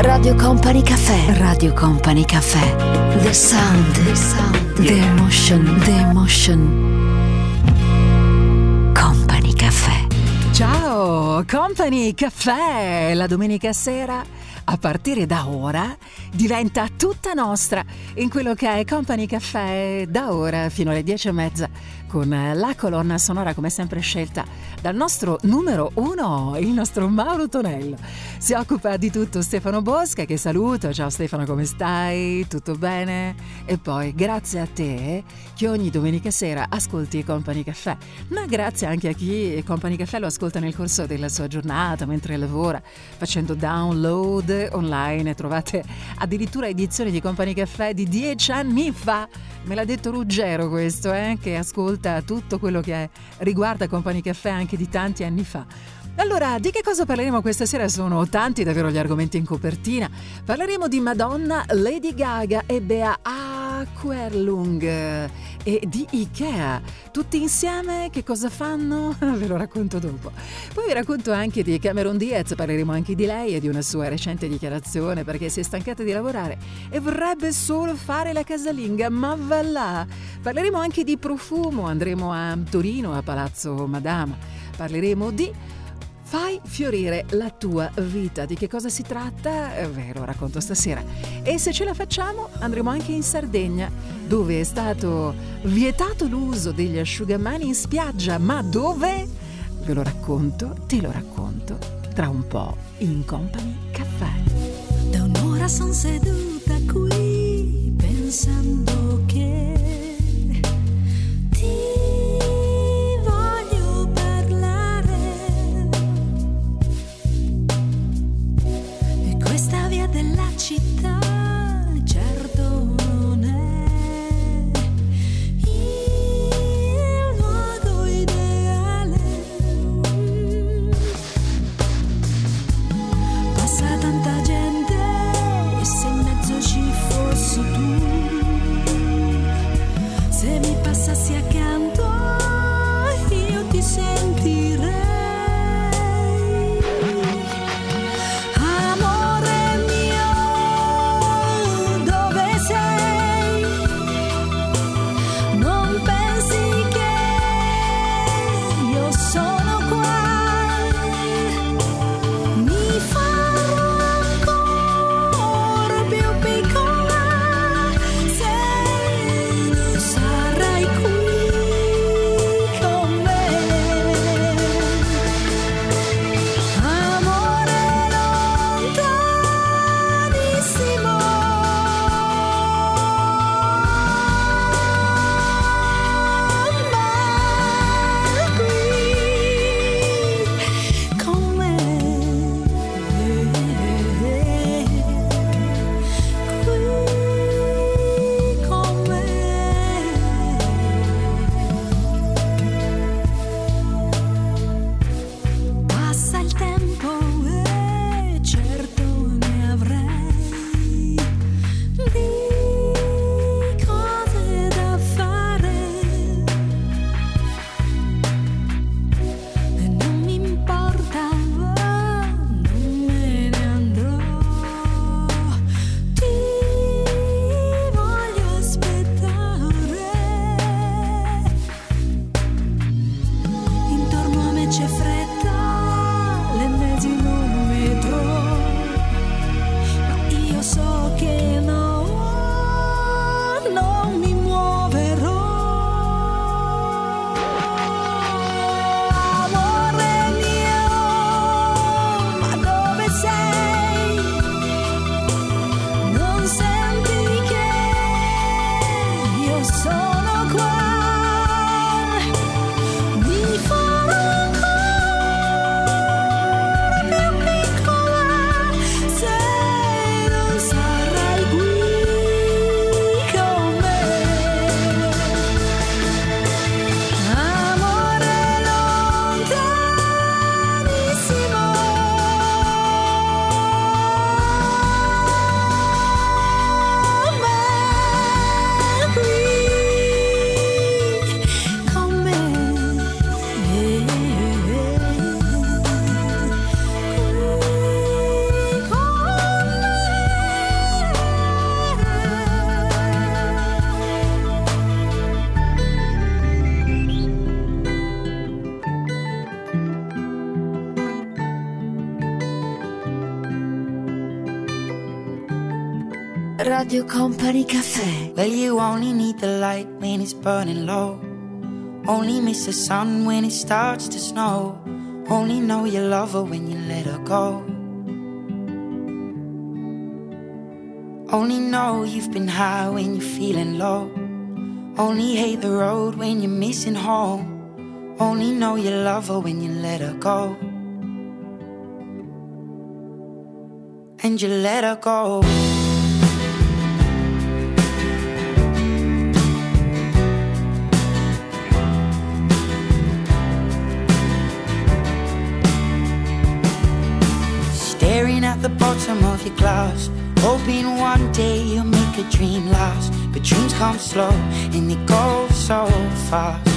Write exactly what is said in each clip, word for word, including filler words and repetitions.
Radio Company Cafè. Radio Company Cafè. The sound. The sound. The emotion. The emotion. Company Cafè. Ciao, Company Cafè. La domenica sera, a partire da ora, diventa tutta nostra in quello che è Company Cafè da ora fino alle dieci e mezza, con la colonna sonora come sempre scelta dal nostro numero uno, il nostro Mauro Tonello. Si occupa di tutto Stefano Bosca, che saluto. Ciao Stefano, come stai? Tutto bene? E poi grazie a te che ogni domenica sera ascolti Company Cafè, ma grazie anche a chi Company Cafè lo ascolta nel corso della sua giornata, mentre lavora, facendo download online. Trovate addirittura edizioni di Company Cafè di dieci anni fa. Me l'ha detto Ruggero questo, eh, che ascolta tutto quello che riguarda Company Cafè anche di tanti anni fa. Allora, di che cosa parleremo questa sera? Sono tanti davvero gli argomenti in copertina. Parleremo di Madonna, Lady Gaga e Bea Aquerlung e di Ikea. Tutti insieme che cosa fanno? Ve lo racconto dopo. Poi vi racconto anche di Cameron Diaz, parleremo anche di lei e di una sua recente dichiarazione, perché si è stancata di lavorare e vorrebbe solo fare la casalinga, ma va là. Parleremo anche di profumo, andremo a Torino, a Palazzo Madama. Parleremo di Fai fiorire la tua vita. Di che cosa si tratta? Eh, ve lo racconto stasera. E se ce la facciamo andremo anche in Sardegna, dove è stato vietato l'uso degli asciugamani in spiaggia. Ma dove? Ve lo racconto, te lo racconto tra un po' in Company Cafè. Da un'ora son seduta qui pensando che della città, certo non è il luogo ideale. Passa tanta gente e se in mezzo ci fossi tu, se mi passassi accanto io ti sentirei. Radio Company Caffè. Well, you only need the light when it's burning low. Only miss the sun when it starts to snow. Only know you love her when you let her go. Only know you've been high when you're feeling low. Only hate the road when you're missing home. Only know you love her when you let her go. And you let her go. Staring at the bottom of your glass, hoping one day you'll make a dream last. But dreams come slow and they go so fast.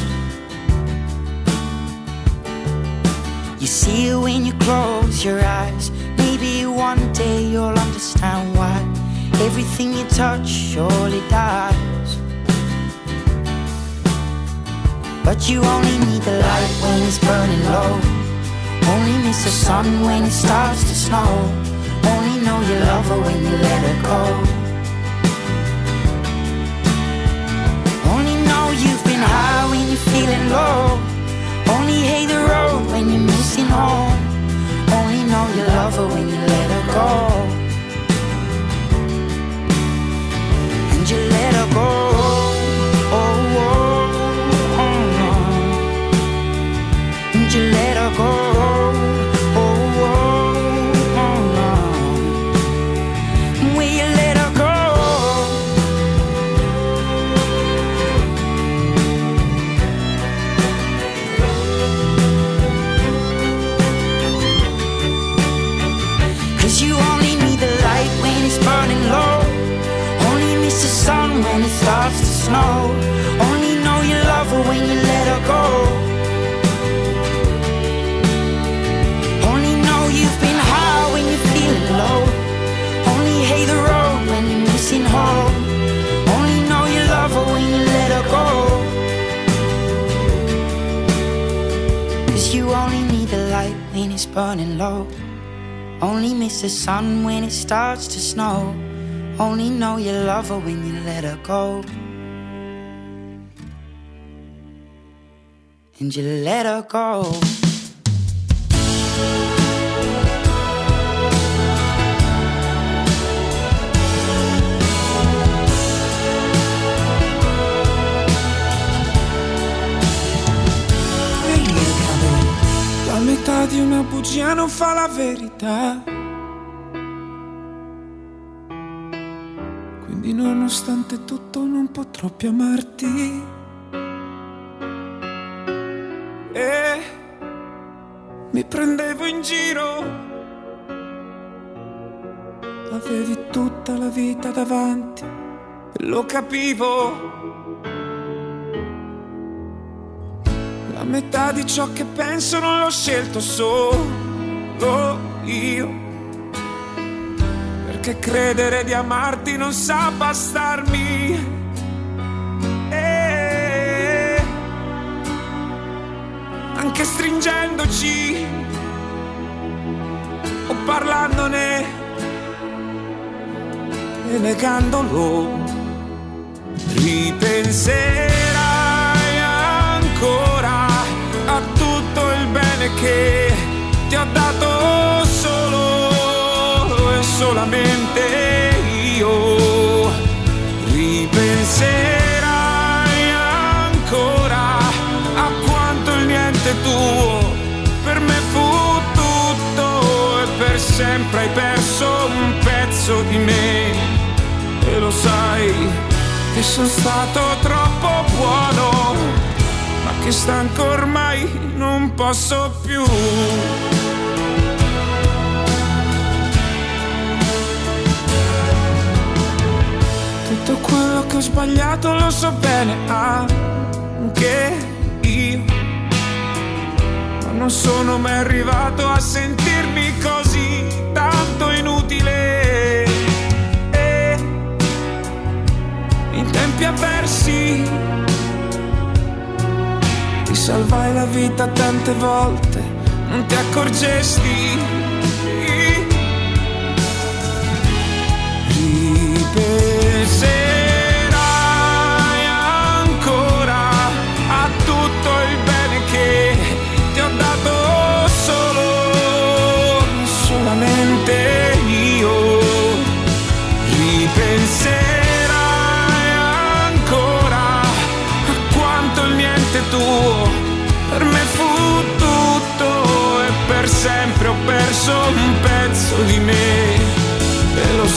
You see it when you close your eyes. Maybe one day you'll understand why everything you touch surely dies. But you only need the light when it's burning low. Only miss the sun when it starts to snow. Only know you love her when you let her go. Only know you've been high when you're feeling low. Only hate the road when you're missing home. Only know you love her when you let her go. And you let her go. Oh, oh, oh, no. And you let her go. Oh, oh, oh, no. Will you let her go? You only need the light when it's burning low. Only miss the sun when it starts to snow. Only know you love her when you let her go. Only know you've been high when you're feeling low. Only hate the road when you're missing home. Only know you love her when you let her go. Cause you only need the light when it's burning low. Only miss the sun when it starts to snow. Only know you love her when you let her go. And you let her go. La metà di una bugia non fa la verità. Quindi nonostante tutto non potrò più amarti. E mi prendevo in giro. Avevi tutta la vita davanti e lo capivo. La metà di ciò che penso non l'ho scelto solo io, perché credere di amarti non sa bastarmi. E anche stringendoci o parlandone e negandolo, ripenserai ancora a tutto il bene che ti ho dato solo e solamente io. Ripenserai ancora a quanto il niente tuo per me fu tutto e per sempre hai perso un pezzo di me. E lo sai che sono stato troppo buono, ma che stanco ormai non posso più. Tutto quello che ho sbagliato lo so bene anche io, ma non sono mai arrivato a sentirmi così tanto inutile. E in tempi avversi ti salvai la vita tante volte, non ti accorgesti. Ripeto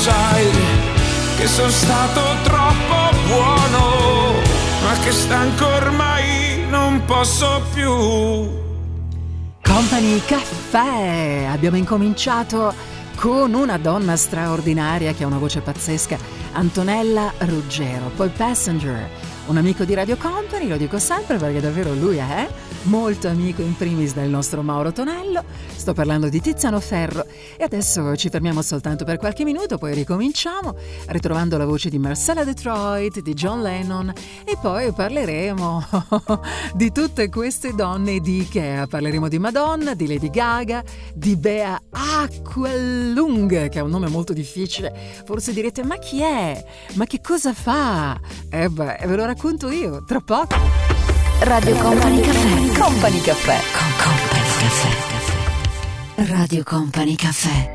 sai che sono stato troppo buono, ma che stanco ormai non posso più. Company Caffè, abbiamo incominciato con una donna straordinaria che ha una voce pazzesca, Antonella Ruggero, poi Passenger, un amico di Radio Company, lo dico sempre perché davvero lui è molto amico in primis del nostro Mauro Tonello, sto parlando di Tiziano Ferro e adesso ci fermiamo soltanto per qualche minuto, poi ricominciamo ritrovando la voce di Marcella Detroit, di John Lennon e poi parleremo di tutte queste donne di Ikea, parleremo di Madonna, di Lady Gaga, di Bea Aqualung, che ha un nome molto difficile, forse direte ma chi è? Ma che cosa fa? Eh beh, ve lo racconto io, tra poco. Radio Company Caffè. Company Caffè. Con Company Caffè. Radio Company Caffè.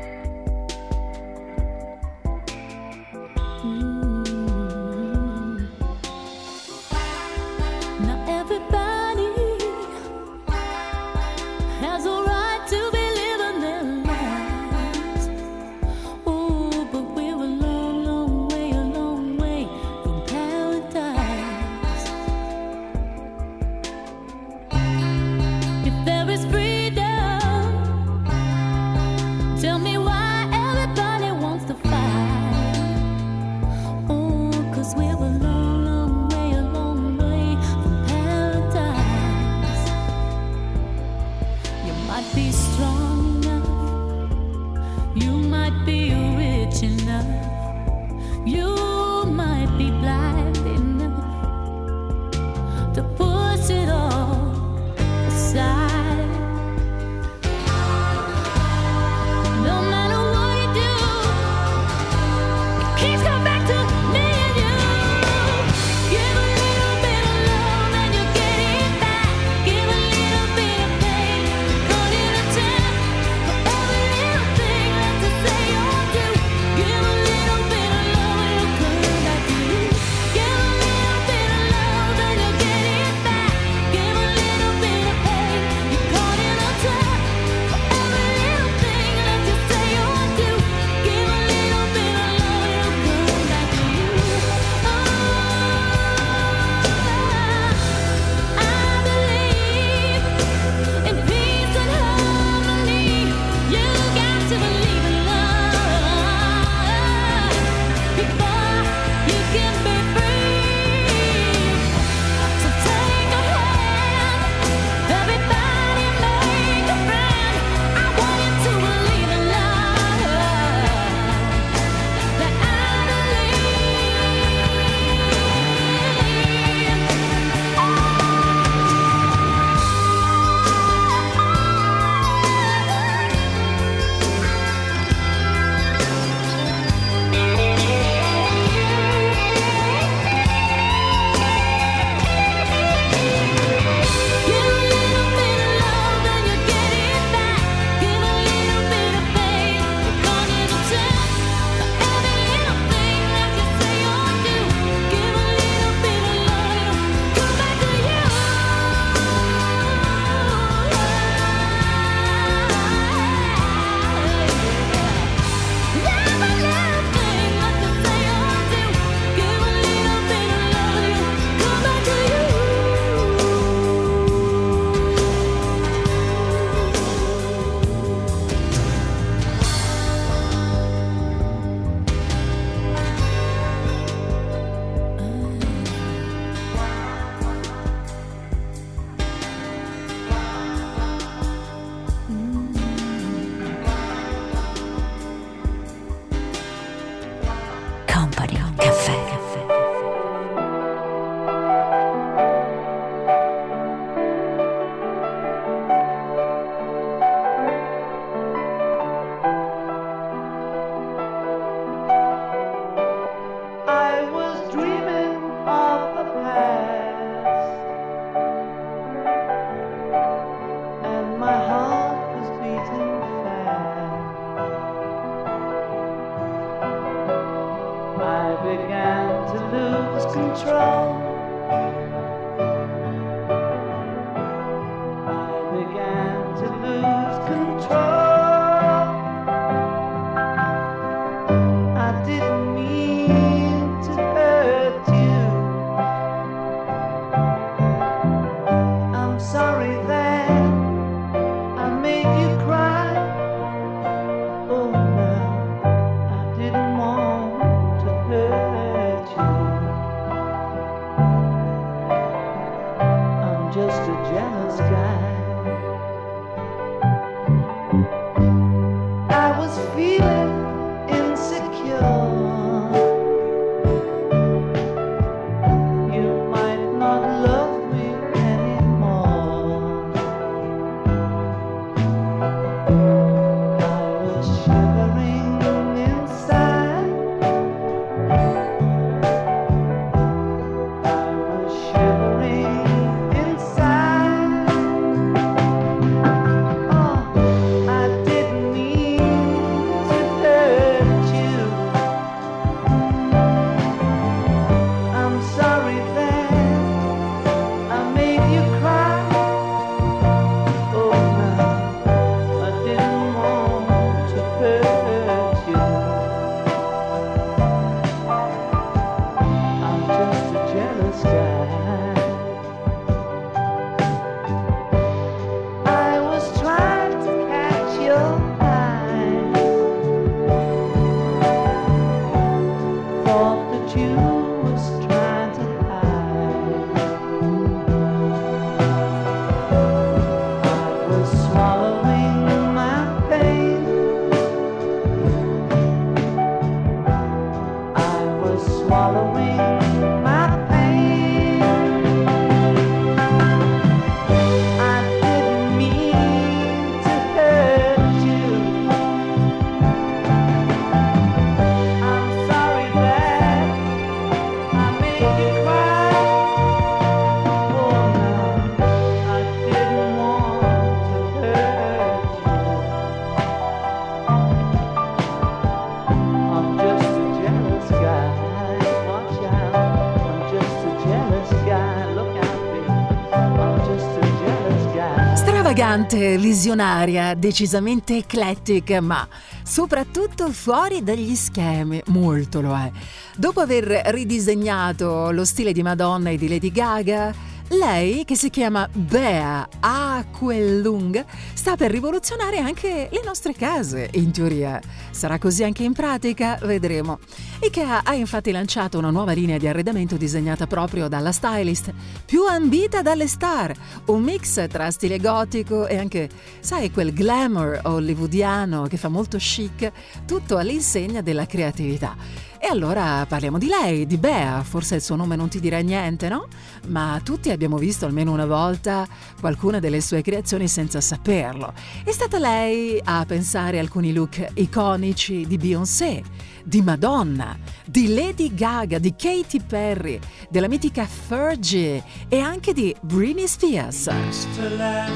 Elegante, visionaria, decisamente eclettica, ma soprattutto fuori dagli schemi, molto lo è. Dopo aver ridisegnato lo stile di Madonna e di Lady Gaga, lei, che si chiama Bea Aquelung, sta per rivoluzionare anche le nostre case, in teoria. Sarà così anche in pratica? Vedremo. IKEA ha infatti lanciato una nuova linea di arredamento disegnata proprio dalla stylist, più ambita dalle star, un mix tra stile gotico e anche, sai, quel glamour hollywoodiano che fa molto chic, tutto all'insegna della creatività. E allora parliamo di lei, di Bea, forse il suo nome non ti dirà niente, no? Ma tutti abbiamo visto almeno una volta qualcuna delle sue creazioni senza saperlo. È stata lei a pensare a alcuni look iconici di Beyoncé, di Madonna, di Lady Gaga, di Katy Perry, della mitica Fergie e anche di Britney Spears. Used to laugh,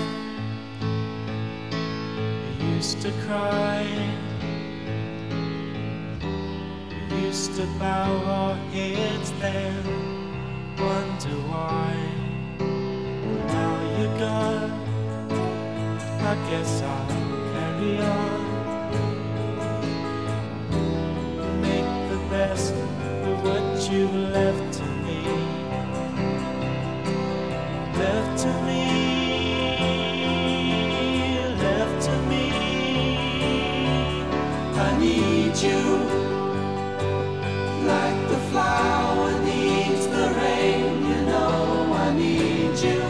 we used to cry, we used to bow our heads then, wonder why. Now you're gone, I guess I'll carry on. Make the best of what you left to me. Left to me, left to me. I need you like the flower needs the rain. You know I need you.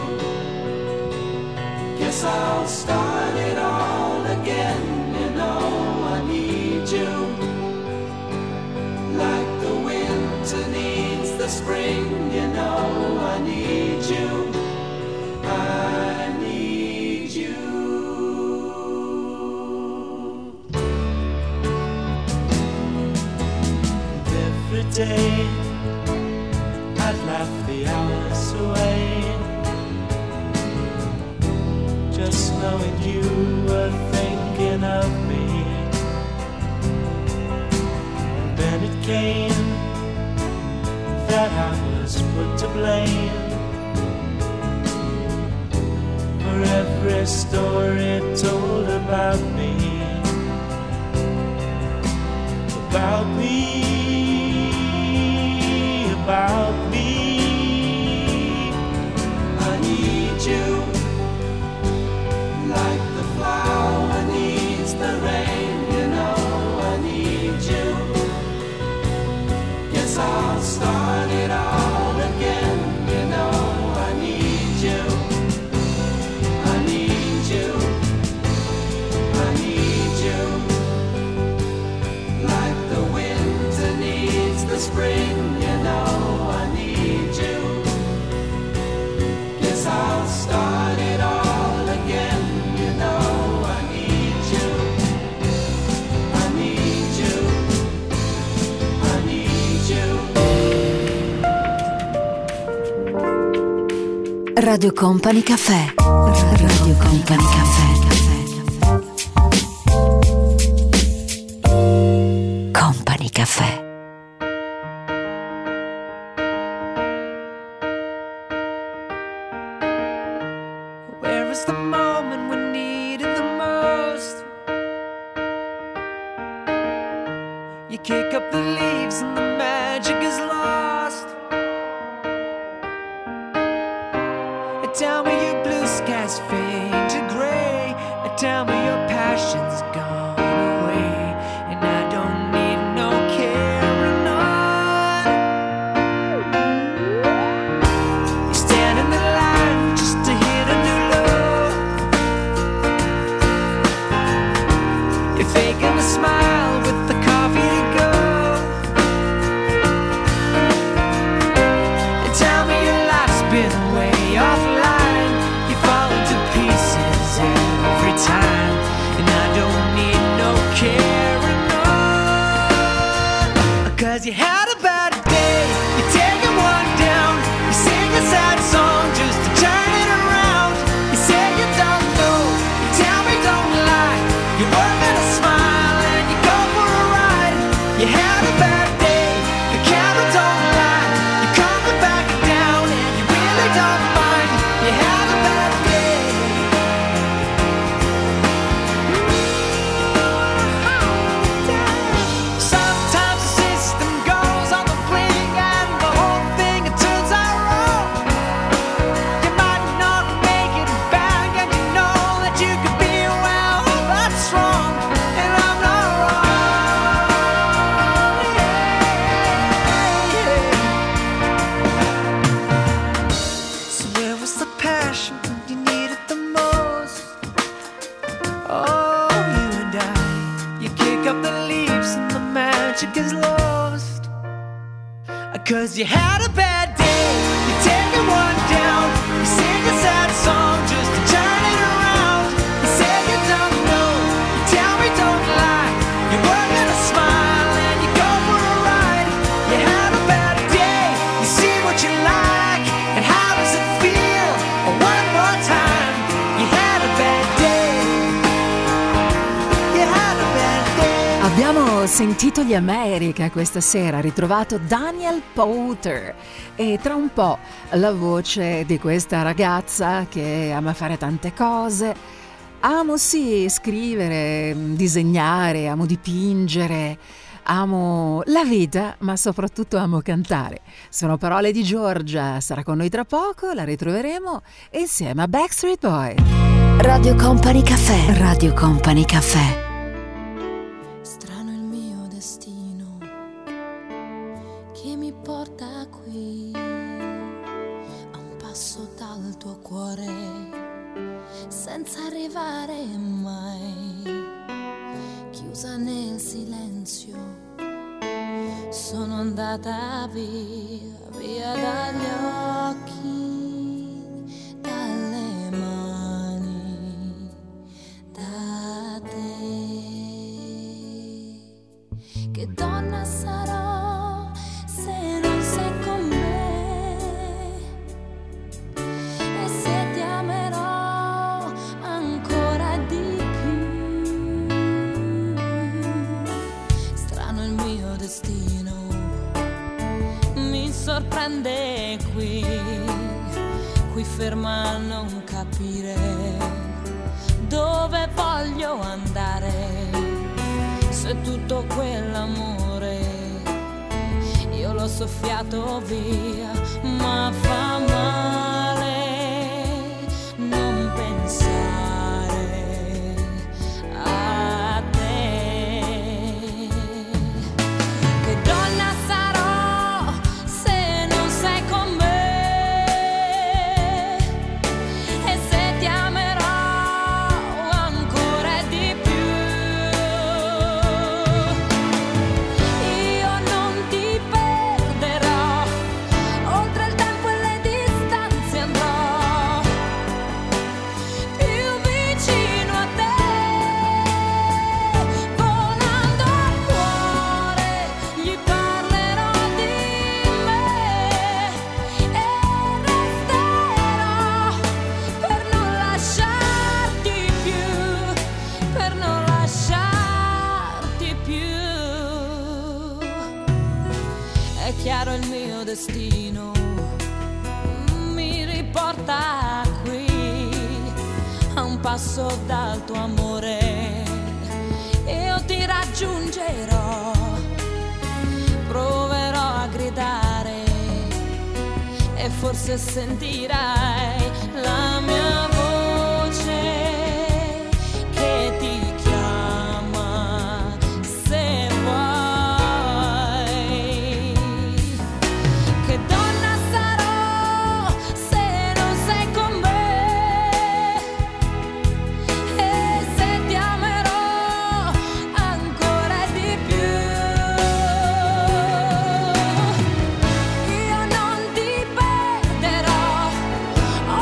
Guess I'll start it all again. You know I need you like the winter needs the spring. You know I need you. I need you. Every day I'd laugh the hours away, just knowing you were thinking of me. And then it came that I was put to blame for every story told about me, about me, about me. I need you like the flower needs the rain. You know I need you. Guess I'll start it all again. You know I need you. I need you. I need you like the winter needs the spring. You know I need you. Guess I'll start it all again. You know I need you. I need you. I need you. Radio Company Cafè. Radio Company Cafè. Company Cafè. Where is the moment we needed the most? You kick up the leaves and the magic is lost. And tell me your blue skies fade to gray. And tell me your passion's gone away. And I don't need no carrying on. You stand in the line just to hit a new low. You're faking a smile with the coffee to go. And tell me your life's been way offline. You fall into pieces every time. And I don't need no carrying on. Cause you had a bad day, you're taking one down. You sing a sad song just to turn it around. You say you don't know, you tell me don't lie. You're working a smile and you go for a ride. You had a bad day, the camera don't lie. You're coming back down and you really don't mind. You had a bad day. is lost. Cause you had a bad day, you take it one down, you sing a sad song just to turn it around. You say you don't know, you tell me don't lie, you work on a smile and you go for a ride. You had a bad day, you see what you like, and how does it feel? Oh, one more time, you had a bad day, you had a bad day. Abbiamo sentito gli America questa sera, ritrovato Daniel Powter e tra un po' la voce di questa ragazza che ama fare tante cose. Amo sì scrivere, disegnare, amo dipingere, amo la vita, ma soprattutto amo cantare. Sono parole di Giorgia, sarà con noi tra poco, la ritroveremo insieme a Backstreet Boy. Radio Company Cafè. Radio Company Cafè. Strano il mio destino che mi porta qui, a un passo dal tuo cuore, senza arrivare mai, chiusa nel silenzio. Sono andata via, via dagli occhi, dalle mani, da te. Che donna sarò se non sei con me, e se ti amerò ancora di più. Strano il mio destino, mi sorprende qui, qui ferma a non capire dove voglio andare. Se tutto quell'amore io l'ho soffiato via, ma fa male non pensare a te. Che donna sarò se non sei con me, e se ti amerò ancora di più. Io non ti perderò, oltre il tempo e le distanze andrò, più vicino a te, volando al cuore gli parlerò di me, e resterò per non lasciarti più, per non lasciarti più. È chiaro il mio destino, mi riporta qui, a un passo dal tuo amore, e io ti raggiungerò, proverò a gridare, e forse sentirai la mia voce che ti chiama se vuoi. Che donna sarò se non sei con me, e se ti amerò ancora di più. Io non ti perderò,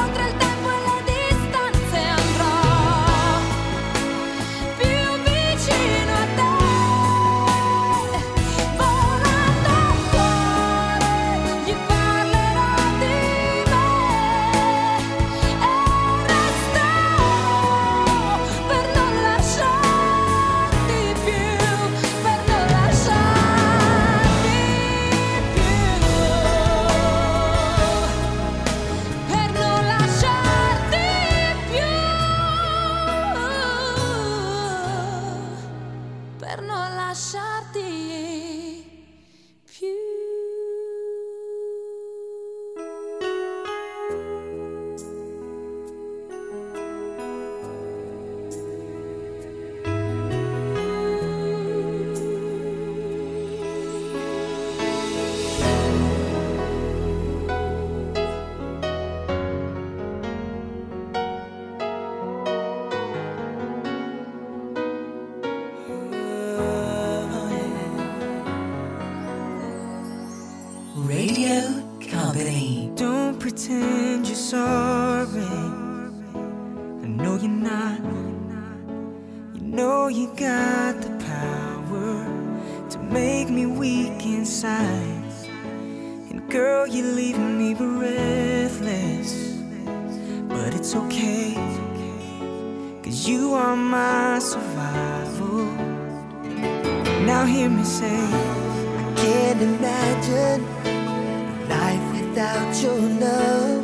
Radio Company. Don't pretend you're sorry. I know you're not. You know you got the power to make me weak inside. And girl, you're leaving me breathless. But it's okay, 'cause you are my survival. Now hear me say, I can't imagine life without your love.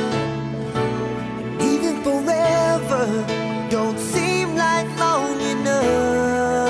And even forever don't seem like long enough.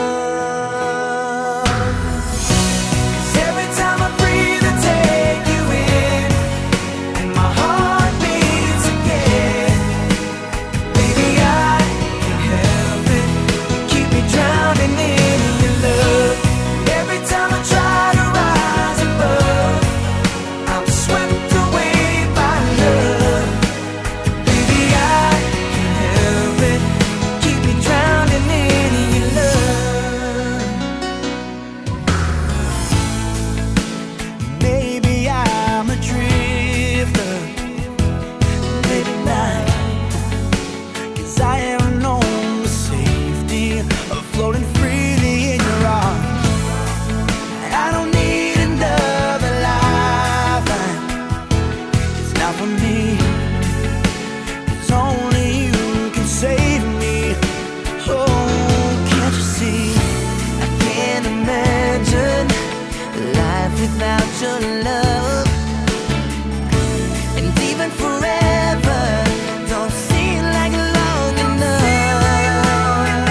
'Cause every time I breathe I take you in, and my heart beats again. Baby, I can't help it, keep me drowning in your love. Every time I try to rise above, I'm swept away by love. Baby, I can't help it, keep me drowning in your love. Maybe I'm a drifter, maybe not, 'cause I have known the safety of floating freely in your arms. I don't need another lifeline, it's not for me, 'cause only you can save me. Oh, can't you see, I can't imagine life without your love. And even forever don't seem like long enough.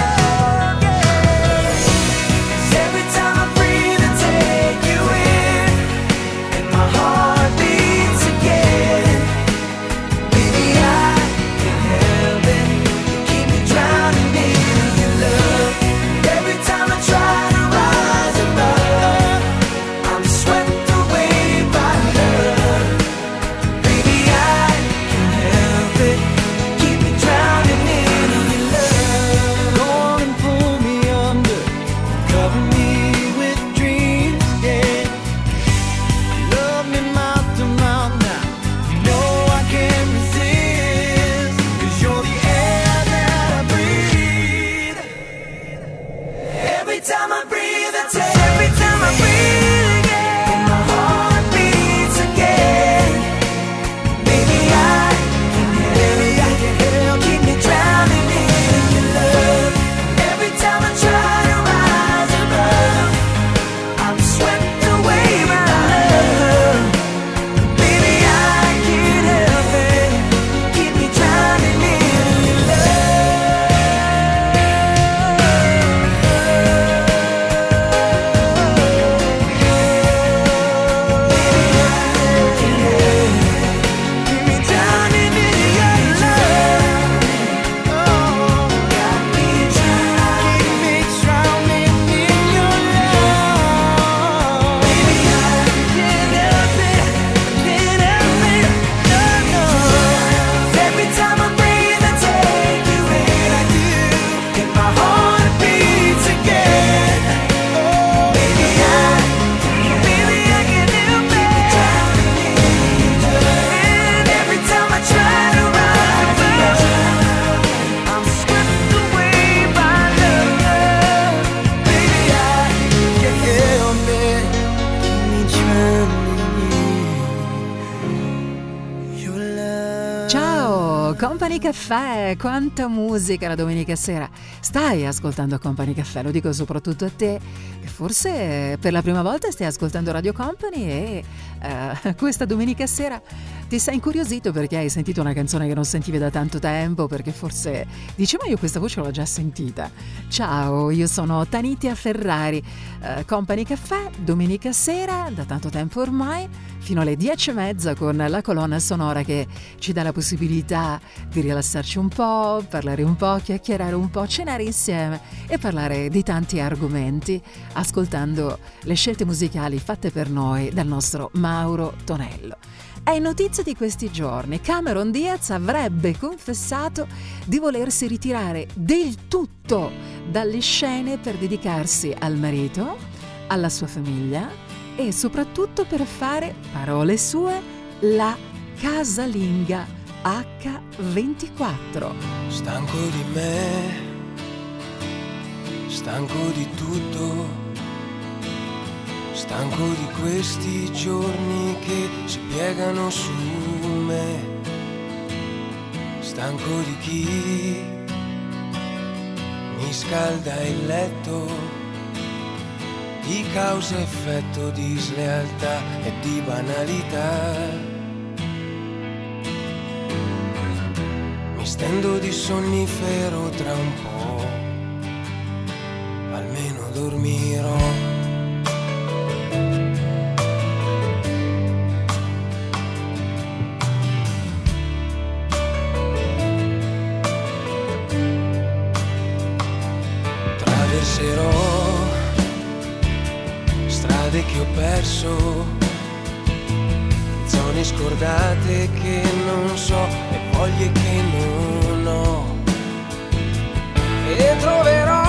'Cause every time I breathe I take you in, and my heart beats again. Baby, I can't help it, keep me drowning in your love. Every time I try to rise above, I'm swept away by love. Baby, I can't help it, keep me drowning in your love. Go on and pull me under, cover me with dreams, yeah. Love me mouth to mouth now, you know I can't resist, 'cause you're the air that I breathe. Every time I breathe I take, every time I breathe again, and my heart beats again. Baby, I can't help it, keep me drowning in your love. Every time I try to rise above, I'm swept away by love. Baby, I can't help it, keep me drowning in your love. Keep me drowning in your love. Oh, got me drowning, keep me drowning in your love. Baby, I can't help it, can't help it, no, no. Every time I breathe I take you in, I do, and my heart beats again. Oh, baby, I, baby, I can't help it, and every time I try to rise above, I'm swept away by love. Baby, I can't help it, keep me drowning in your love. Ciao, Company Caffè, quanta musica la domenica sera. Stai ascoltando Company Caffè, lo dico soprattutto a te, che forse per la prima volta stai ascoltando Radio Company e eh, questa domenica sera ti sei incuriosito perché hai sentito una canzone che non sentivi da tanto tempo, perché forse dici ma io questa voce l'ho già sentita. Ciao, io sono Tanitia Ferrari, eh, Company Caffè, domenica sera, da tanto tempo ormai, fino alle dieci e mezza con la colonna sonora che ci dà la possibilità di rilassarci un po', parlare un po', chiacchierare un po', cenare insieme e parlare di tanti argomenti, ascoltando le scelte musicali fatte per noi dal nostro Mauro Tonello. È notizia di questi giorni, Cameron Diaz avrebbe confessato di volersi ritirare del tutto dalle scene per dedicarsi al marito, alla sua famiglia e soprattutto per fare, parole sue, la casalinga acca ventiquattro. Stanco di me, stanco di tutto, stanco di questi giorni che si piegano su me, stanco di chi mi scalda il letto, di causa effetto, di slealtà e di banalità. Mi stendo di sonnifero, tra un po' almeno dormirò. Traverserò strade che ho perso, zone scordate che non so e voglie che non ho, e troverò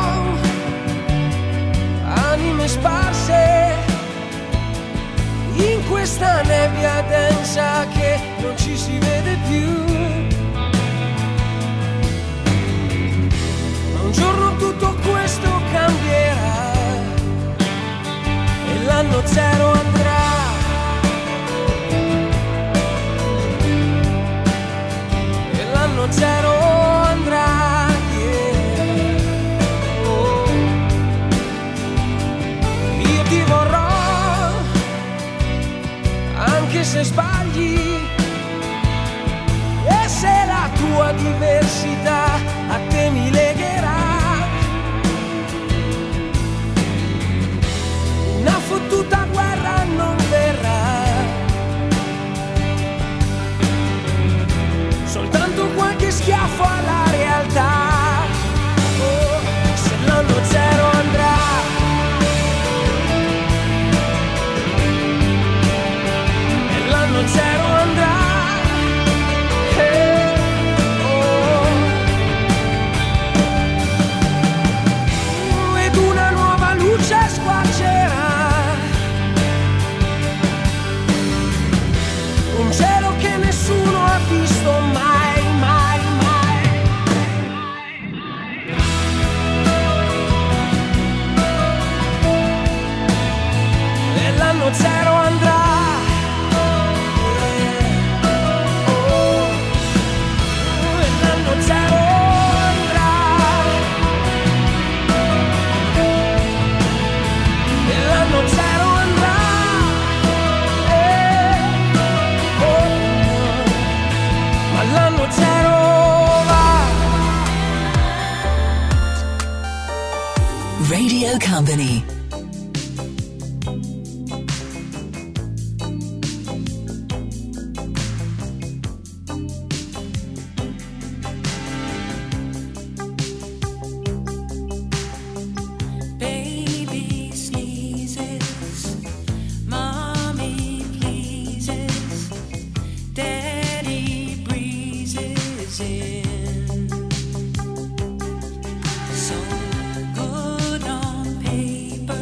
anime sparse in questa nebbia densa che non ci si vede più. Ma un giorno tutto questo cambierà e l'anno zero andrà. E l'anno zero andrà, yeah. Oh. Io ti vorrò anche se sbagli, e se la tua diversità a te mi legherà. Una fottuta guerra non verrà, soltanto qualche schiaffo alla realtà. Oh, se l'anno zero andrà, e l'anno zero andrà, eh, oh. Ed una nuova luce squarcerà un cielo che nessuno ha visto mai, mai, mai. E l'anno zero andrà, oh, e l'anno zero andrà, e l'anno zero andrà, eh, oh, ma l'anno zero va. Radio Company. Baby sneezes, mommy pleases, daddy breezes in. So good on paper,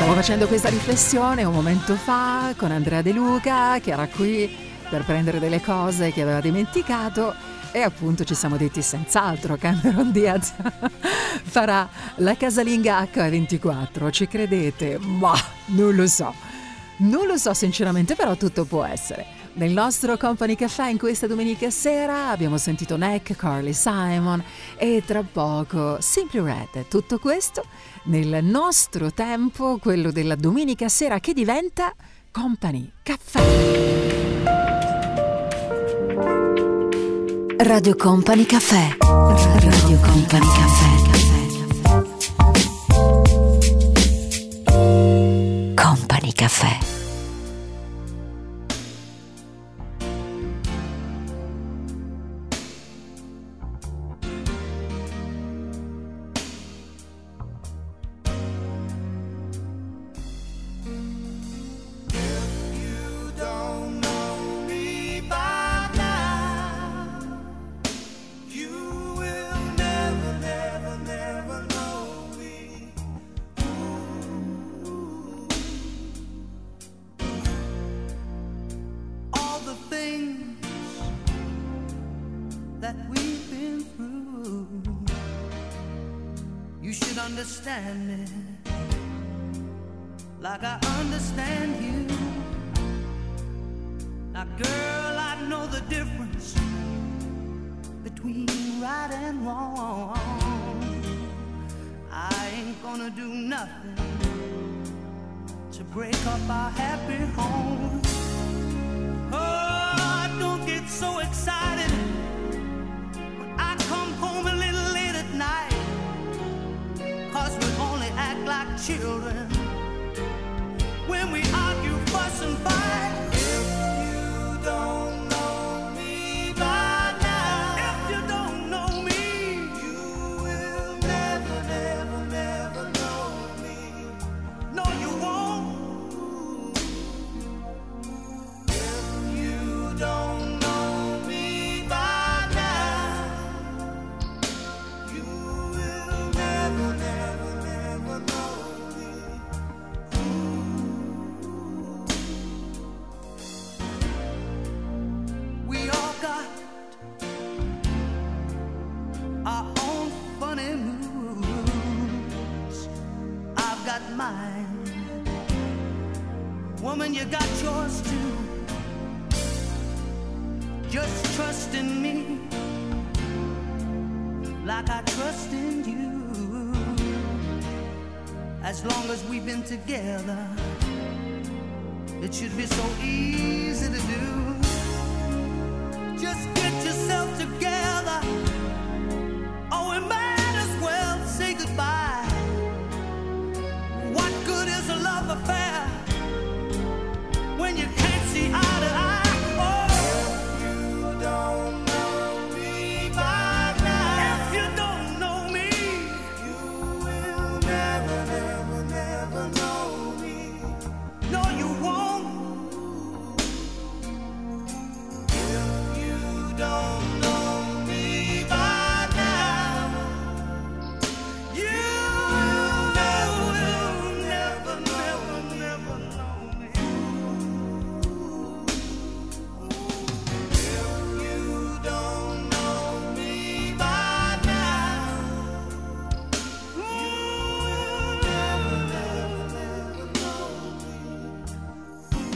Stavo facendo questa riflessione un momento fa con Andrea De Luca, che era qui per prendere delle cose che aveva dimenticato, e appunto ci siamo detti senz'altro Cameron Diaz farà la casalinga acca ventiquattro, ci credete? Ma non lo so, non lo so sinceramente, però tutto può essere. Nel nostro Company Café in questa domenica sera abbiamo sentito Neck, Carly Simon e tra poco Simply Red. Tutto questo nel nostro tempo, quello della domenica sera che diventa Company Café. Radio Company Café. Radio Company Café. Company Café. Understand me like I understand you. Now, girl, I know the difference between right and wrong. I ain't gonna do nothing to break up our happy home. Oh, don't get so excited when I come home a little late at night. Cause we only act like children when we argue, fuss and fight. If you don't know me by now, if you don't know me, you will never, never, never know me. No, you won't. If you don't know me by now, you will never, never, never know me. We all got our own funny moods. I've got mine. Woman, you got yours too. Just trust in me like I trust in you. As long as we've been together, it should be so easy to do. Just get yourself together, or we might as well say goodbye. What good is a love affair when you can't see eye to eye? Oh, if you don't know me by now, if you don't know me, you will never, never, never know me. No, you won't. If you don't know me by now, you will never, never, never, never know me. If you don't know me by now, you will never, never, never know me.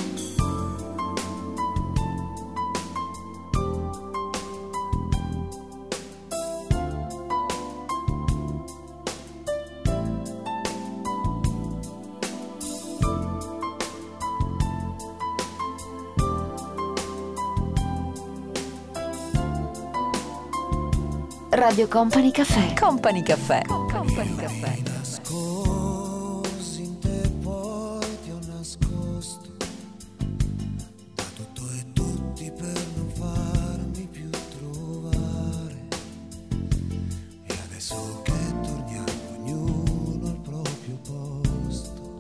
Radio Company Café. Company Café. Company Café. Nascosi in te, poi ti ho nascosto da tutto e tutti per non farmi più trovare. E adesso che torniamo ognuno al proprio posto,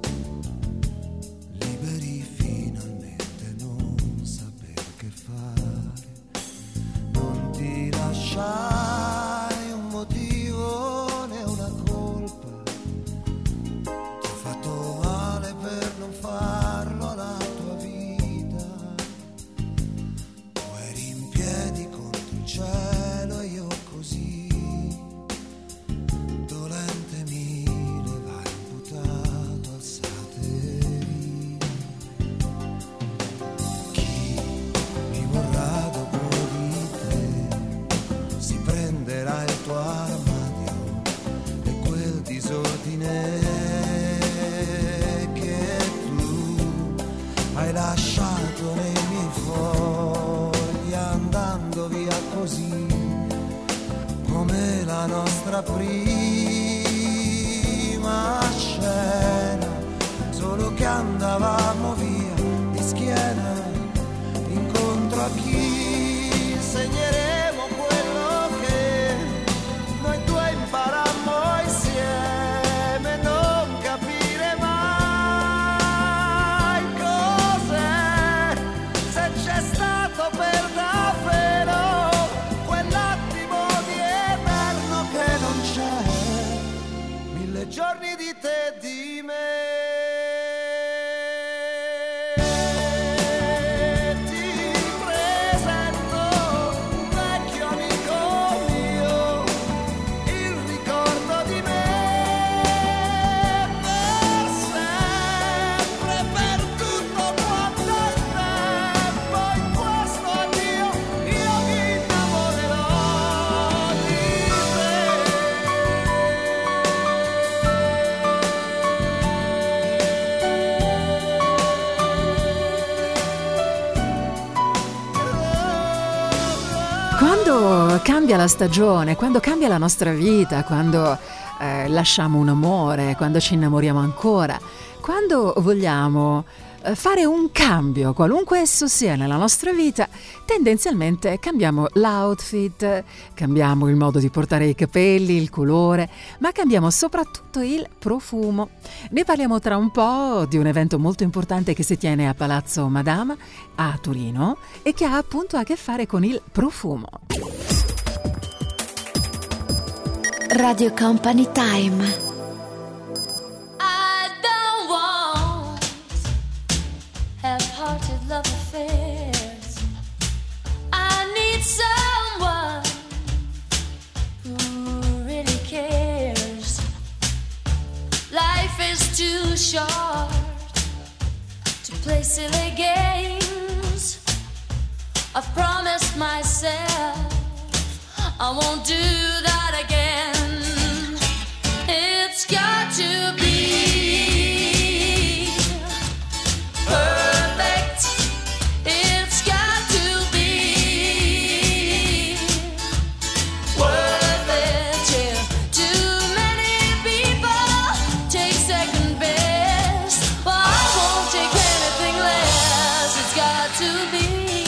liberi finalmente, non saper che fare, non ti lasciare un motivo né una la nostra prima scena, solo che andavamo via di schiena incontro a chi segneremo quello che noi due imparammo insieme, non capire mai cos'è, se c'è stato per davvero quell'attimo di eterno che non c'è, mille giorni di te e di me. Quando cambia la stagione, quando cambia la nostra vita, quando eh, lasciamo un amore, quando ci innamoriamo ancora, quando vogliamo eh, fare un cambio, qualunque esso sia nella nostra vita, tendenzialmente cambiamo l'outfit, cambiamo il modo di portare i capelli, il colore, ma cambiamo soprattutto il profumo. Ne parliamo tra un po' di un evento molto importante che si tiene a Palazzo Madama a Torino e che ha appunto a che fare con il profumo. Radio Company Time. I don't want half-hearted love affairs. I need someone who really cares. Life is too short to play silly games. I've promised myself I won't do that again. It's got to be perfect. It's got to be worth it. Yeah. Too many people take second best. Well, I won't take anything less. It's got to be.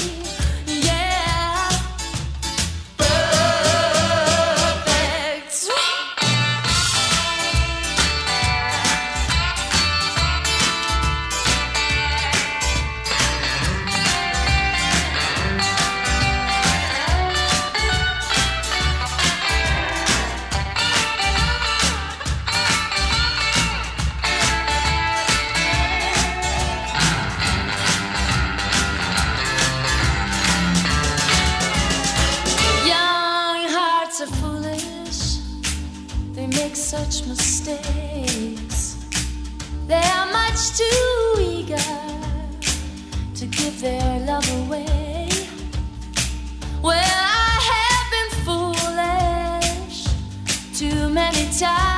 Such mistakes, they are much too eager to give their love away. Well, I have been foolish too many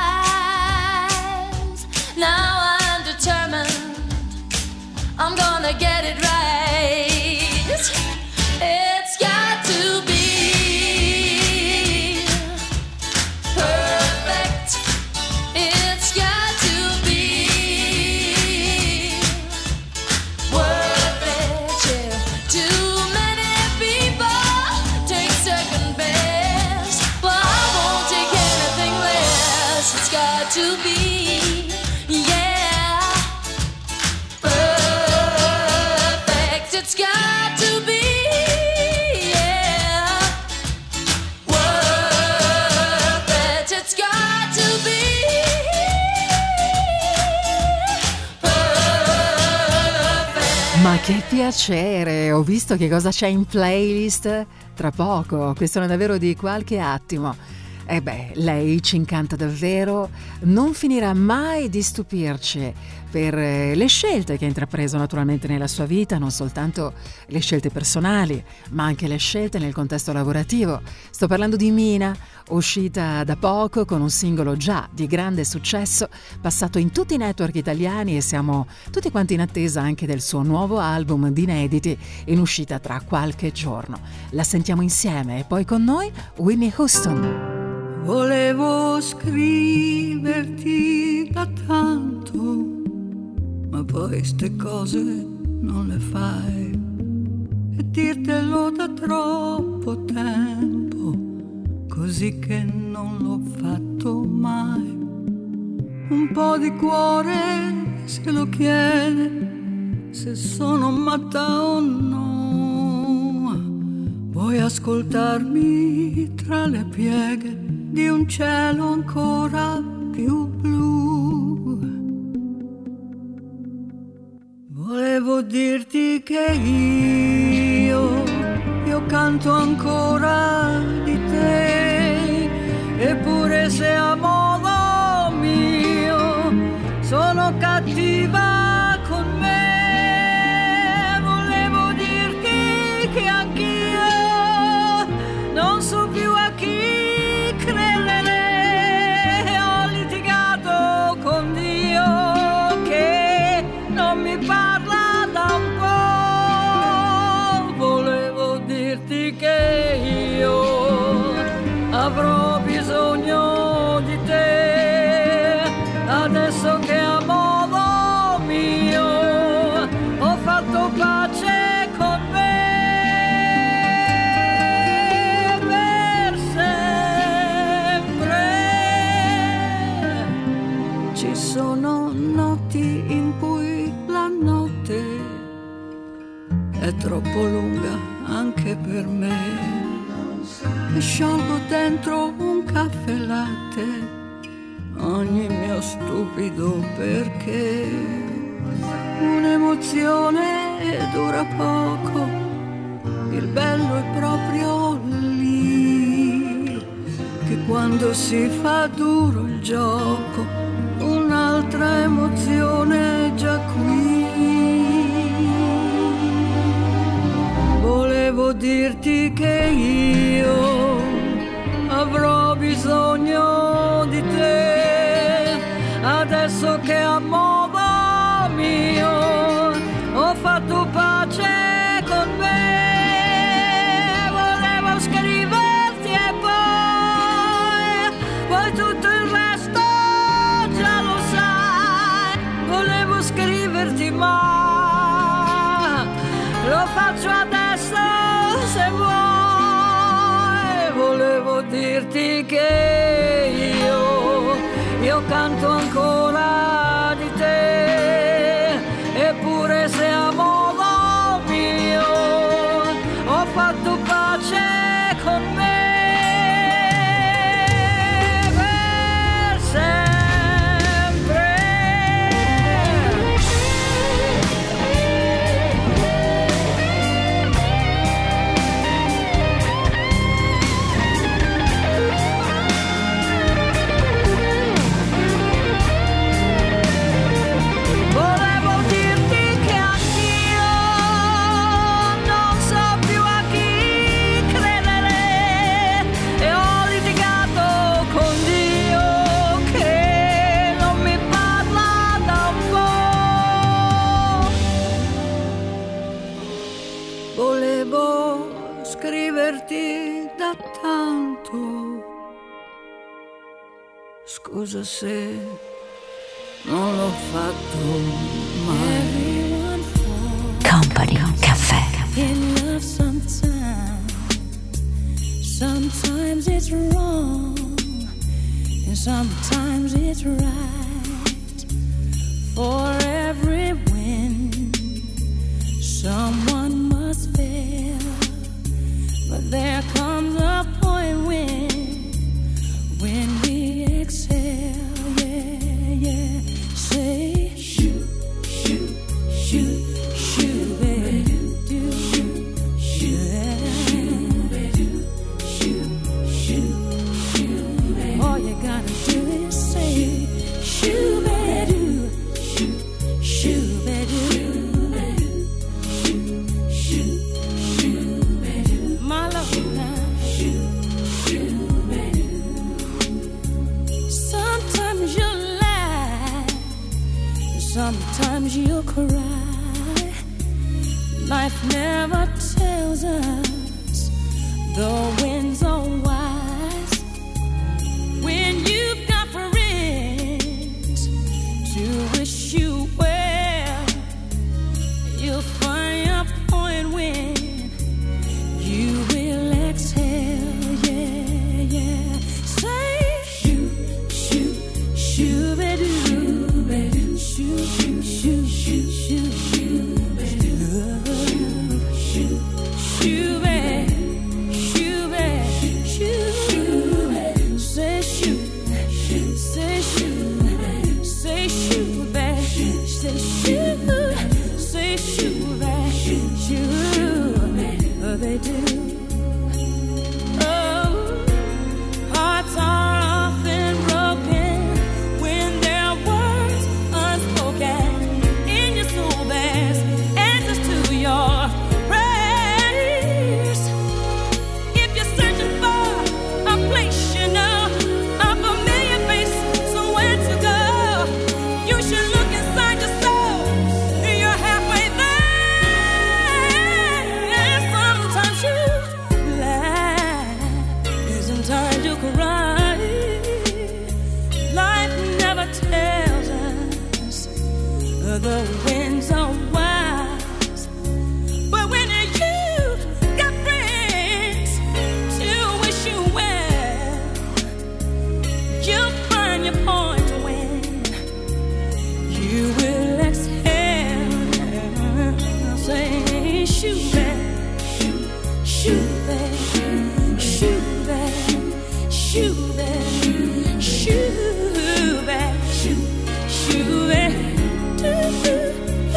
times. Now I'm determined I'm gonna get it right. It's got to be to be, yeah, perfect. It's got to be, yeah, worth it. It's got to be perfect. Ma che piacere! Ho visto che cosa c'è in playlist tra poco, questione davvero di qualche attimo. E beh, lei ci incanta davvero, non finirà mai di stupirci per le scelte che ha intrapreso naturalmente nella sua vita, non soltanto le scelte personali, ma anche le scelte nel contesto lavorativo. Sto parlando di Mina, uscita da poco con un singolo già di grande successo, passato in tutti i network italiani e siamo tutti quanti in attesa anche del suo nuovo album di inediti in uscita tra qualche giorno. La sentiamo insieme e poi con noi Whitney Houston. Volevo scriverti da tanto, ma poi ste cose non le fai, e dirtelo da troppo tempo, così che non l'ho fatto mai. Un po' di cuore se lo chiede, se sono matta o no. Vuoi ascoltarmi tra le pieghe di un cielo ancora più blu? Volevo dirti che io, io canto ancora di te, eppure se a modo mio sono cattiva con me. Volevo dirti che anch'io non so più a chi credere, ho litigato con Dio che non mi parla da un po'. Volevo dirti che io avrò bisogno di te, adesso che a modo mio ho fatto pace con me. Per sempre ci sono notti in cui la notte è troppo lunga anche per me, e sciolgo dentro un caffè latte ogni mio stupido perché. Un'emozione dura poco, il bello è proprio lì, che quando si fa duro il gioco un'altra emozione è già qui. Volevo dirti che io avrò bisogno di te, adesso che a modo mio ho fatto pace con me. Volevo scriverti e poi, poi tutto il resto già lo sai. Volevo scriverti ma lo faccio adesso se vuoi. Volevo dirti che io, io canto ancora di te, eppure se a modo mio ho fatto pace con me. Per sempre. Volevo dirti che anch'io non so più a chi credere, e ho litigato con Dio che non mi parla da un po'. Volevo scriverti da tanto, scusa se non l'ho fatto mai. Company Caffè. In love sometimes, sometimes it's wrong, and sometimes it's right. For every win, someone must fail, but there comes a point when, when we exhale, yeah, yeah. Say, shoot, shoot, shoot, shoot, baby. Do, shoot, shoot, shoot, shoot, shoot. All you gotta do is say, shoot, baby. Shoot, shoot, baby. Shoot, shoot, baby. My love now. Shoot, shoot, baby. Sometimes you lie, sometimes you cry. Life never tells us the winds are wise. when you've got friends to wish you well. You'll find your point when you will exhale, yeah, yeah. Say shoo, shoo, shoo, be doo, be doo, shoo, shoo, shoo, shoo, shoo, shoo, be doo, shoo, shoo, be, shoo, be, shoo, be, say shoo, say shoo, say shoo, be, say shoo, say shoo, be, shoo, they do. Oh, hearts are often broken when there are words unspoken. In your soul there's answers to your prayers. If you're searching for a place you know, a familiar face, somewhere to go, you should look inside your soul. You're halfway there. Sometimes you laugh, isn't time to cry. Life never tells us the winds are wise, but when you've got friends to wish you well, you'll find your point when you will exhale. Say shoot back, shoot back, shoot back, shoot back, shoot back, shoot back, do do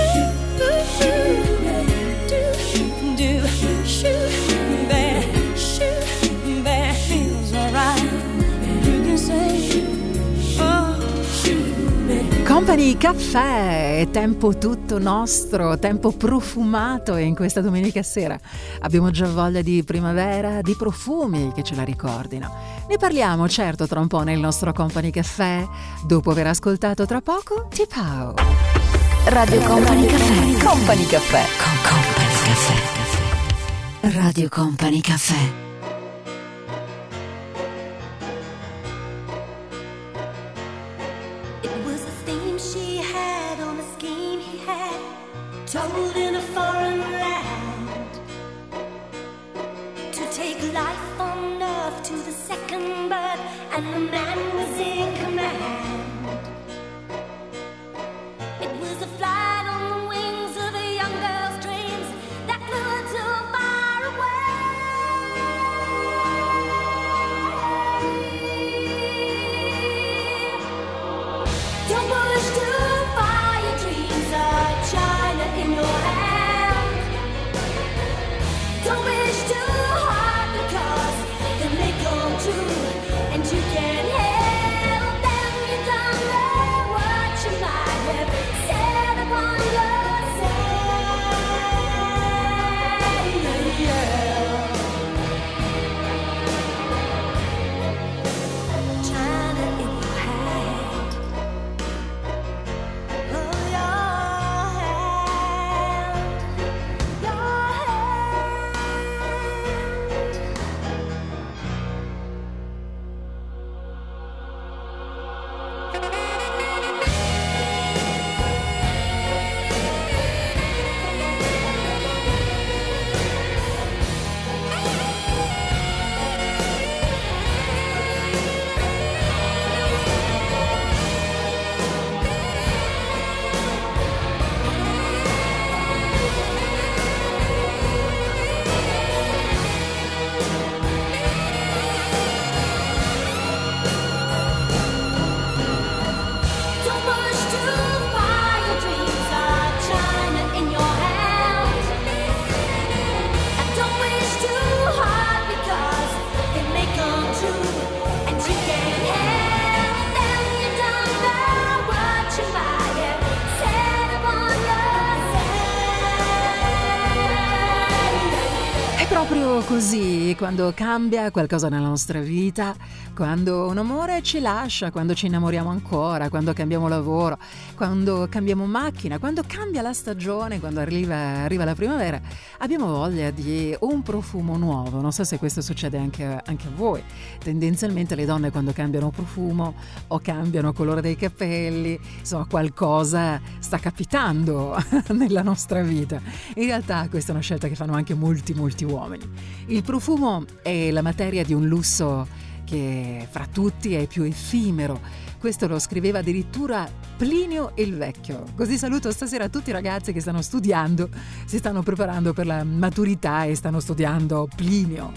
do do shoot back, shoot back feels alright. You can say oh shoot back. Company Caffè, tempo tutto nostro, tempo profumato in questa domenica sera. Abbiamo già voglia di primavera, di profumi che ce la ricordino. Ne parliamo certo tra un po' nel nostro Company Caffè, dopo aver ascoltato tra poco T-Pow. Radio Company Caffè. Company Caffè. Con Company Caffè. Radio Company Caffè. It was a theme she had on a scheme he had, told in a foreign land, to take life on earth to the second birth, and the man was in command. It was a flight on the wings of a young girl's dreams that flew too far away. Don't push too far, your dreams are China in your hand. Don't wish too hard because proprio così, quando cambia qualcosa nella nostra vita, quando un amore ci lascia, quando ci innamoriamo ancora, quando cambiamo lavoro, quando cambiamo macchina, quando cambia la stagione, quando arriva, arriva la primavera, abbiamo voglia di un profumo nuovo. Non so se questo succede anche, anche a voi. Tendenzialmente le donne quando cambiano profumo o cambiano colore dei capelli, insomma qualcosa sta capitando nella nostra vita. In realtà questa è una scelta che fanno anche molti molti uomini. Il profumo è la materia di un lusso che fra tutti è più effimero. Questo lo scriveva addirittura Plinio il Vecchio. Così saluto stasera tutti i ragazzi che stanno studiando, si stanno preparando per la maturità e stanno studiando Plinio.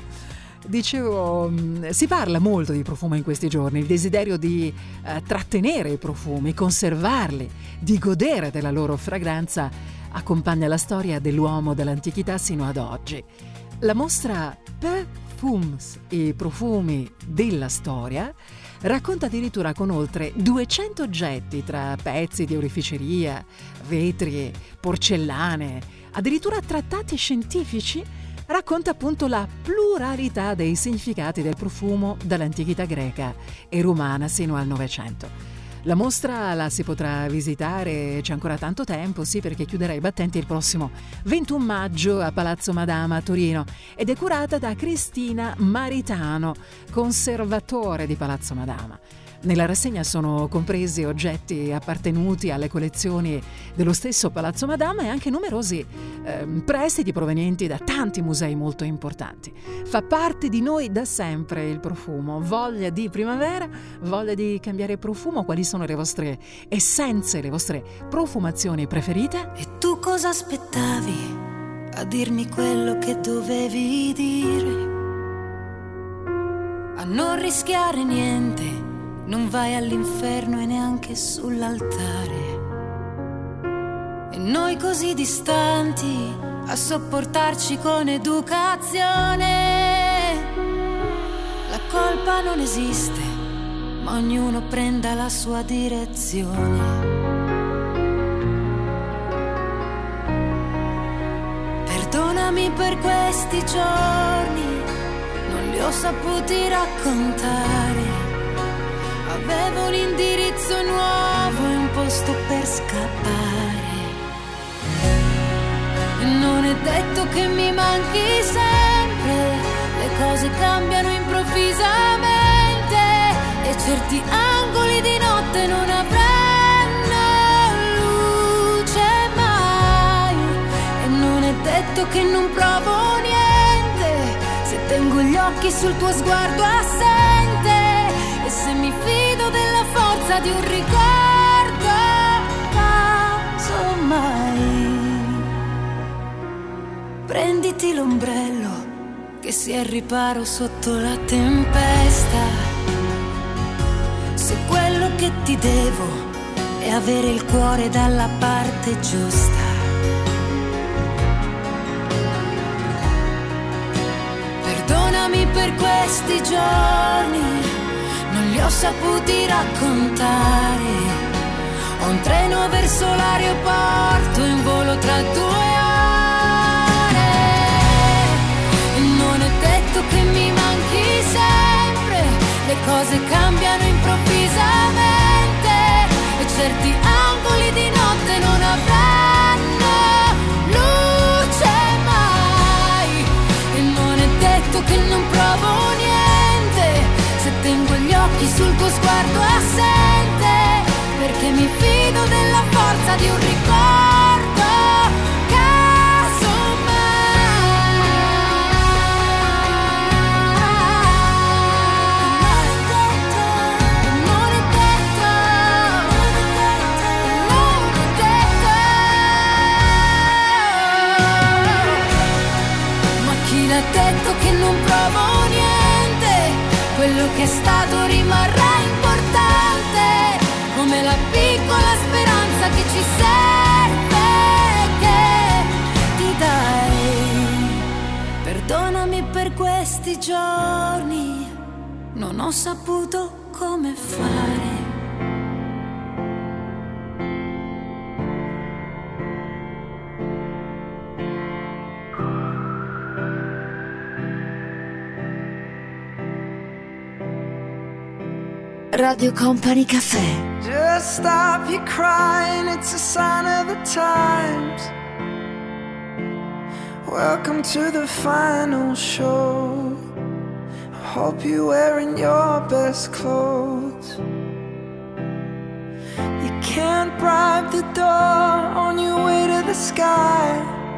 Dicevo, si parla molto di profumo in questi giorni, il desiderio di eh, trattenere i profumi, conservarli, di godere della loro fragranza accompagna la storia dell'uomo dall'antichità sino ad oggi. La mostra Parfums, i profumi della storia, racconta addirittura con oltre duecento oggetti tra pezzi di oreficeria, vetri, porcellane, addirittura trattati scientifici, racconta appunto la pluralità dei significati del profumo dall'antichità greca e romana sino al Novecento. La mostra la si potrà visitare, c'è ancora tanto tempo, sì, perché chiuderà i battenti il prossimo ventuno maggio a Palazzo Madama a Torino ed è curata da Cristina Maritano, conservatore di Palazzo Madama. Nella rassegna sono compresi oggetti appartenuti alle collezioni dello stesso Palazzo Madama e anche numerosi eh, prestiti provenienti da tanti musei molto importanti. Fa parte di noi da sempre il profumo, voglia di primavera, voglia di cambiare profumo. Quali sono le vostre essenze, le vostre profumazioni preferite? E tu cosa aspettavi a dirmi quello che dovevi dire? A non rischiare niente. Non vai all'inferno e neanche sull'altare. E noi così distanti a sopportarci con educazione. La colpa non esiste, ma ognuno prenda la sua direzione. Perdonami per questi giorni, non li ho saputi raccontare. Avevo un indirizzo nuovo e un posto per scappare. E non è detto che mi manchi sempre, le cose cambiano improvvisamente e certi angoli di notte non avranno luce mai. E non è detto che non provo niente, se tengo gli occhi sul tuo sguardo assente. E se mi fido della forza di un ricordo, casomai. Prenditi l'ombrello che sia al riparo sotto la tempesta. Se quello che ti devo è avere il cuore dalla parte giusta. Perdonami per questi giorni, non li ho saputi raccontare. Ho un treno verso l'aeroporto in volo tra due ore. E non è detto che mi manchi sempre, le cose cambiano improvvisamente e certi angoli di notte non avranno luce mai. E non è detto che non provo niente, se tengo gli occhi sul tuo sguardo assente, perché mi fido della forza di un ricordo, casomai. Non è detto, non è detto, ma chi l'ha detto che non provo niente? Quello che è stato rimarrà importante, come la piccola speranza che ci serve, che ti dai. Perdonami per questi giorni, non ho saputo come fare. Radio Company Caffè. Just stop your crying, it's a sign of the times. Welcome to the final show. I hope you're wearing your best clothes. You can't bribe the door on your way to the sky.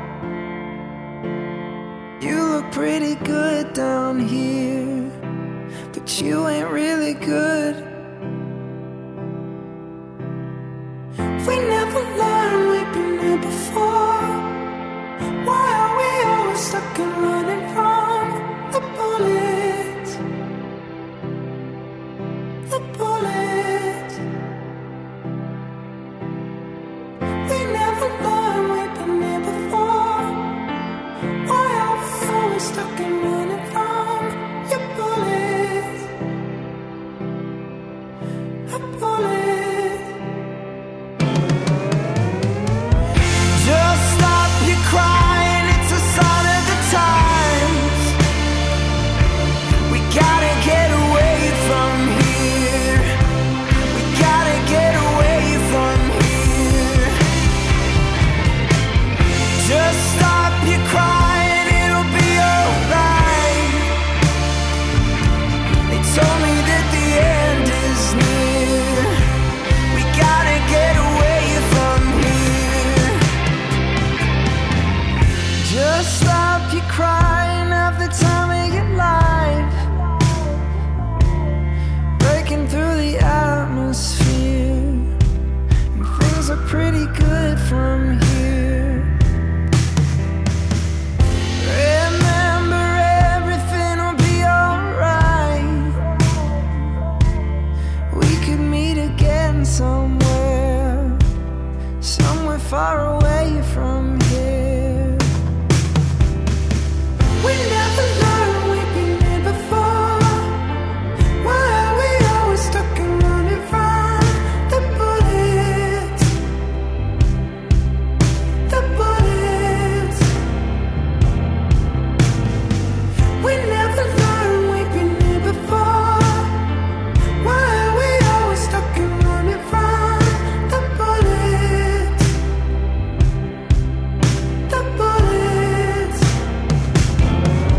You look pretty good down here, but you ain't really good. We never learned, we've been here before. Why are we always stuck and running from the bullets? The bullets. We never learned, we've been here before. Why are we always stuck and running from your bullets? A bullet. Just stop your crying, it's a sign of the times. We gotta get away from here. We gotta get away from here. Just stop your crying, it'll be alright. They told me that the end is near. We gotta get away from here. Just stop your crying, have the time of your life. Breaking through the atmosphere, and things are pretty good from here. Remember, everything will be alright. We could meet again somewhere, somewhere far away from here. We never learned, we've been here before. Why are we always stuck and running from the bullets? The bullets. We never learned, we've been here before. Why are we always stuck and running from the bullets? The bullets.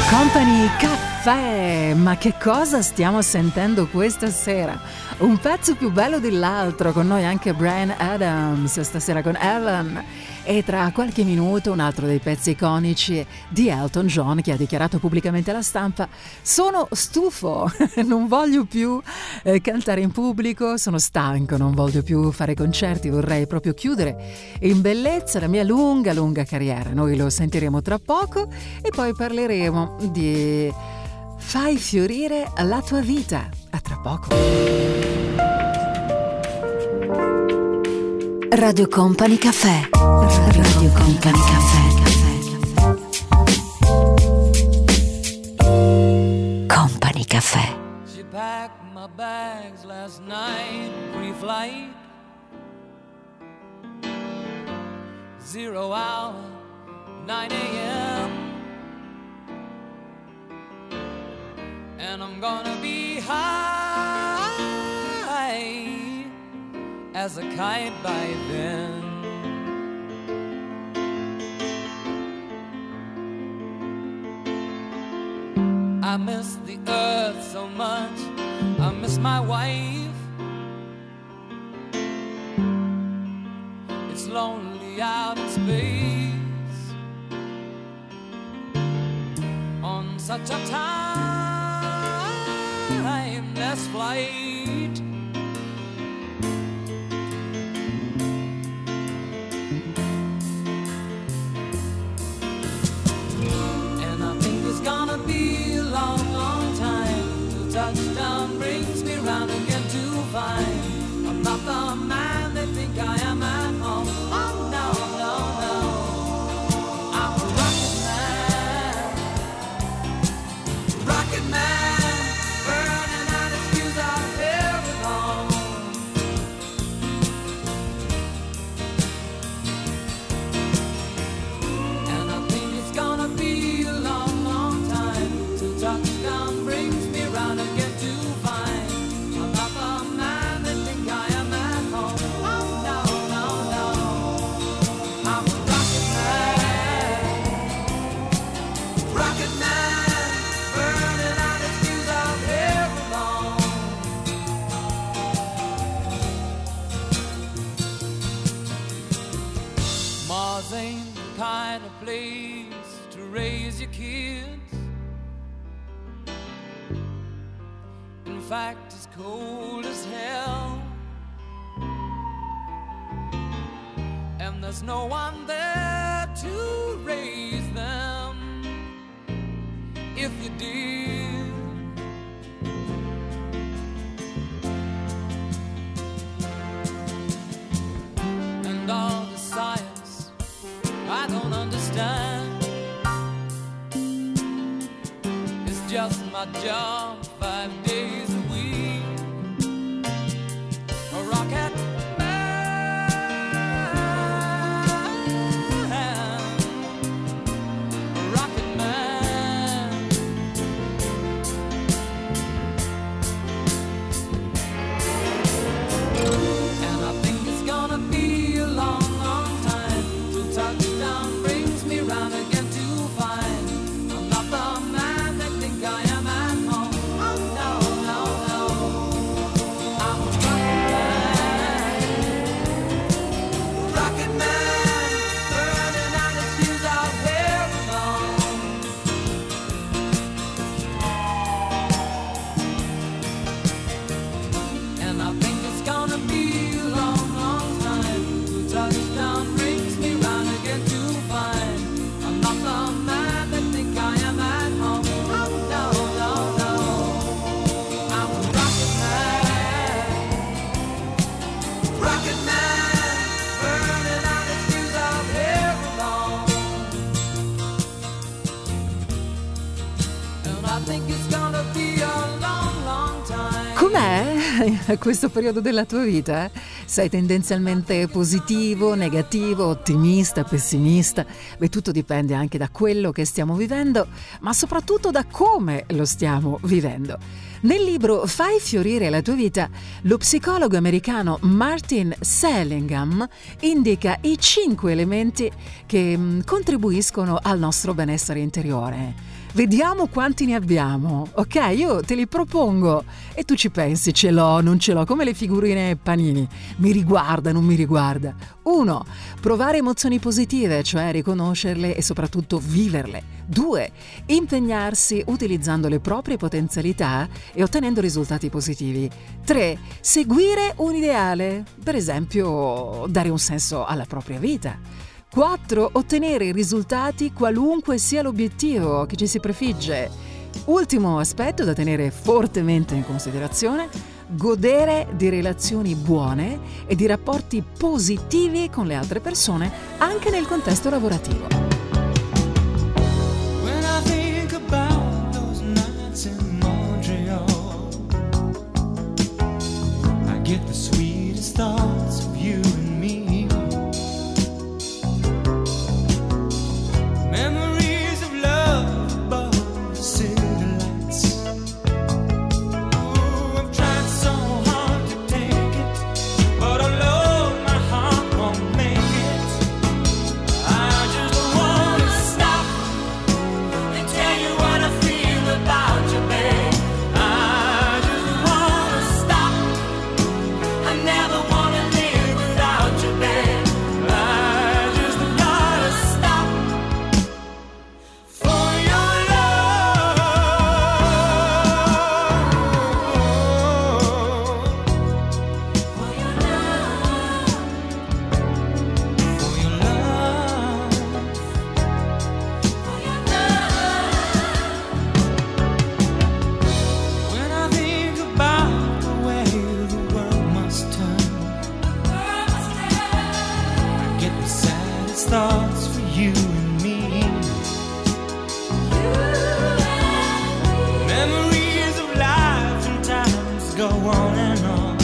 Company Caffè, ma che cosa stiamo sentendo questa sera? Un pezzo più bello dell'altro, con noi anche Bryan Adams, stasera con Ellen, e tra qualche minuto un altro dei pezzi iconici di Elton John, che ha dichiarato pubblicamente alla stampa: sono stufo, non voglio più eh, cantare in pubblico, sono stanco, non voglio più fare concerti, vorrei proprio chiudere in bellezza la mia lunga lunga carriera. Noi lo sentiremo tra poco e poi parleremo di Fai fiorire la tua vita. A tra poco. Radio Company Caffè. Radio Company Caffè. Company Caffè. She packed my bags last night, pre-flight. Zero hour, nine a.m. And I'm gonna be high as a kite by then. I miss the earth so much, I miss my wife. It's lonely out in space on such a timeless flight. And I think it's gonna be a long, long time till touchdown brings me round again to find I'm not the man they think I am at home. Oh no, no, no, I'm a rocket man, rocket man, burning out his fuse out here alone. And I think it's gonna be a long, long time till touchdown brings me round again to find I'm not the man they think I am at home. Oh no, no, no, I'm a rocket man, rocket man, burning out his fuse out here alone. Mars ain't the kind of place to raise your kids. In fact, it's cold as hell, and there's no one there to raise them if you did. And all the science I don't understand, it's just my job five days a week. A rocket man, a rocket man. And I think it's gonna be a long, long time till touchdown brings me round again to find I'm not the man they think I am at home. Oh no, no, no, I'm a rocket man, rocket man, burning out his fuse out here alone. And I think it's gonna be a long, long time till touchdown brings me round again to find I'm not the man they think I am at home. Oh no, no, no, I'm a rocket man, rocket man, burning out his fuse out here alone. And I think it's gonna be a long, long time. Com'è questo periodo della tua vita? Sei tendenzialmente positivo, negativo, ottimista, pessimista? Beh, tutto dipende anche da quello che stiamo vivendo, ma soprattutto da come lo stiamo vivendo. Nel libro Fai fiorire la tua vita, lo psicologo americano Martin Seligman indica i cinque elementi che mh, contribuiscono al nostro benessere interiore. Vediamo quanti ne abbiamo, ok? Io te li propongo e tu ci pensi, ce l'ho, non ce l'ho, come le figurine panini, mi riguarda, non mi riguarda. Uno, provare emozioni positive, cioè riconoscerle e soprattutto viverle. Due, impegnarsi utilizzando le proprie potenzialità e ottenendo risultati positivi. Tre, seguire un ideale, per esempio dare un senso alla propria vita. quattro. Ottenere risultati qualunque sia l'obiettivo che ci si prefigge. Ultimo aspetto da tenere fortemente in considerazione: godere di relazioni buone e di rapporti positivi con le altre persone anche nel contesto lavorativo. When I think about those nights in Montreal, I get the sweetest thoughts of you and me. Memories of love above the city lights. Ooh, I've tried so hard to take it, but alone my heart won't make it. I just wanna stop and tell you what I feel about you, babe. I just wanna stop. I never wanna live without you, babe. I just gotta stop. For your love, for your love, for your love, for your love. When I think about the way the world must turn, I get the saddest thoughts for you and me. Memories of life and times go on and on.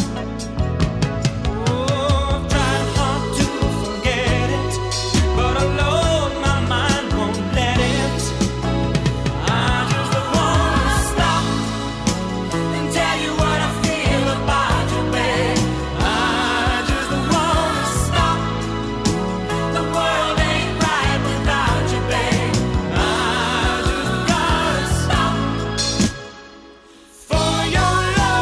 Oh, I've tried hard to forget it, but alone my mind won't let it. I just wanna stop and tell you what I feel about you, babe. I just wanna stop. The world ain't right without you, babe. I just gotta stop. For your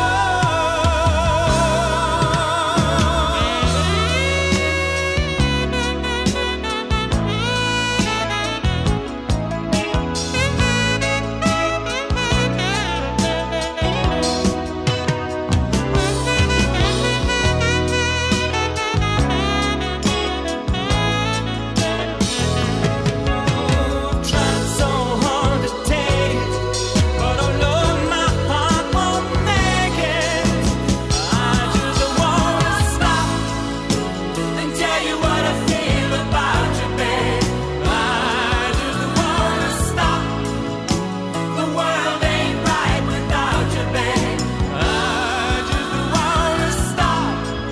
love. Tried so hard to take it, but alone my heart won't make it. I just wanna stop and tell you what I feel about you, babe. I just wanna stop. The world ain't right without you, babe. I just wanna stop.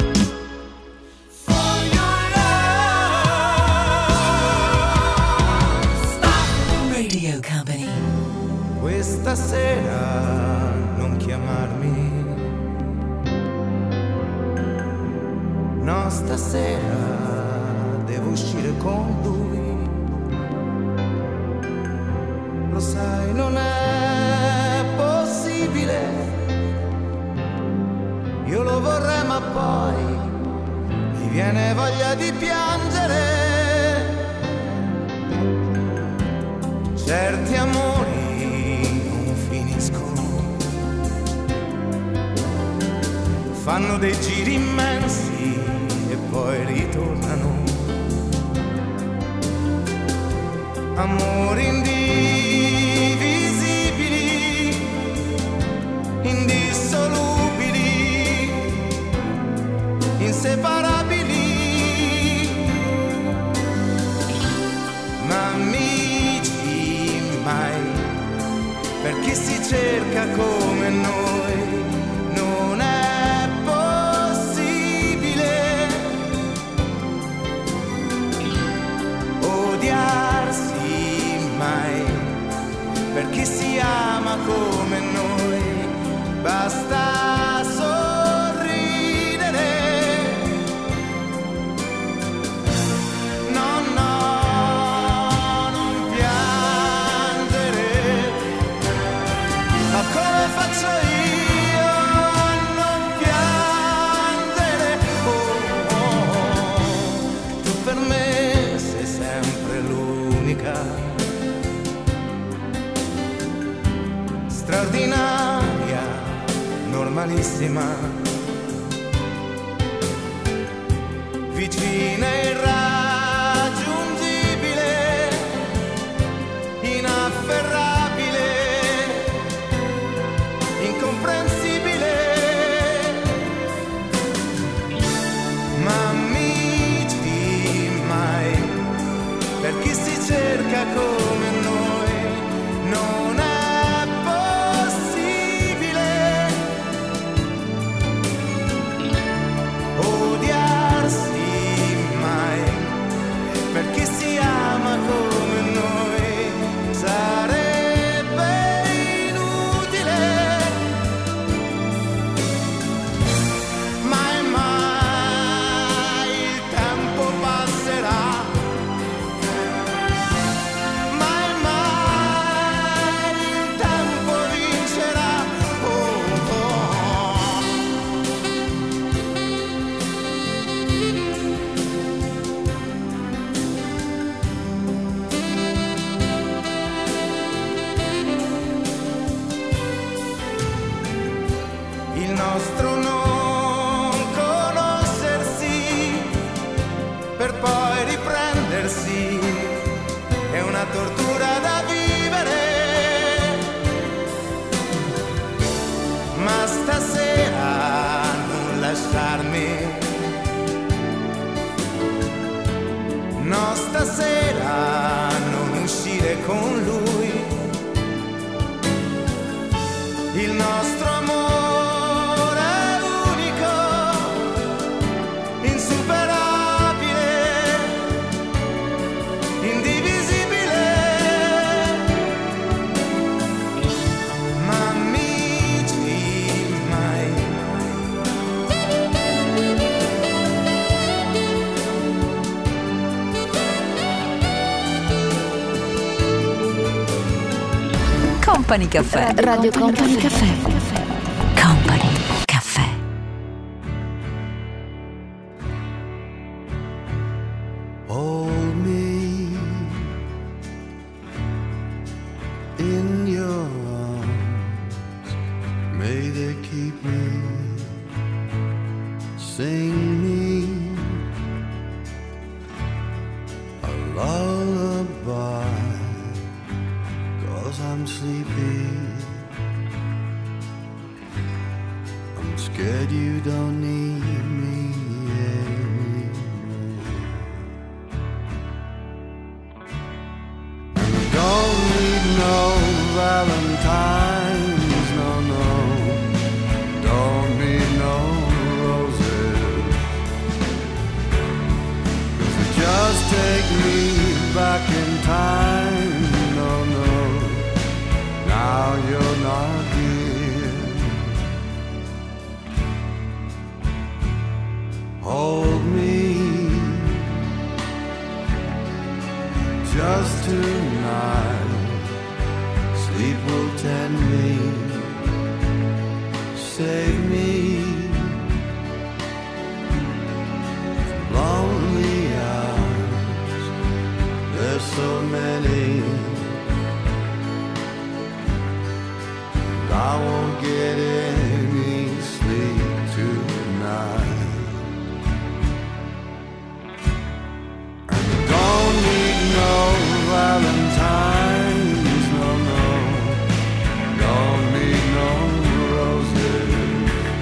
For your love, stop. Radio Company. Questa sera non chiamarmi. No, stasera devo uscire con lui. Lo sai, non è possibile. Io lo vorrei, ma poi mi viene voglia di piangere. Certi amori non finiscono, fanno dei giri immensi e poi ritornano. Amori indivisibili, indissolubili, inseparabili. Ma amici mai, per chi si cerca come noi, non è possibile odiarsi mai, per chi si ama come noi, basta sorridere. No, no, non piangere. unica, straordinaria, normalissima, vicina e irraggiungibile, inafferrabile, incomprensibile, ma amici mai, per chi si cerca come noi, non è possibile odiarsi mai, per chi si ama come noi, sarebbe inutile, mai mai il tempo passerà, mai mai il tempo vincerà. Oh, oh. Il nostro non conoscersi per poi riprendersi è una tortura da vivere, ma stasera non lasciarmi, no stasera non uscire con lui, il nostro amore è unico, insuperabile, indivisibile, ma amici mai. Company Caffè. Radio Company Caffè. Company Caffè. Hold me in your arms, may they keep me, sing me a lullaby, 'cause I'm sleepy, I'm scared you don't need me anymore. Don't need no Valentines, no, no. Don't need no roses, 'cause they just take me back in time, no, no. Now you're not here. Hold me just tonight, sleep will tend me, save me from lonely hours, there's so many, and I won't get any sleep tonight. Don't need no Valentines, no, no. Don't need no roses,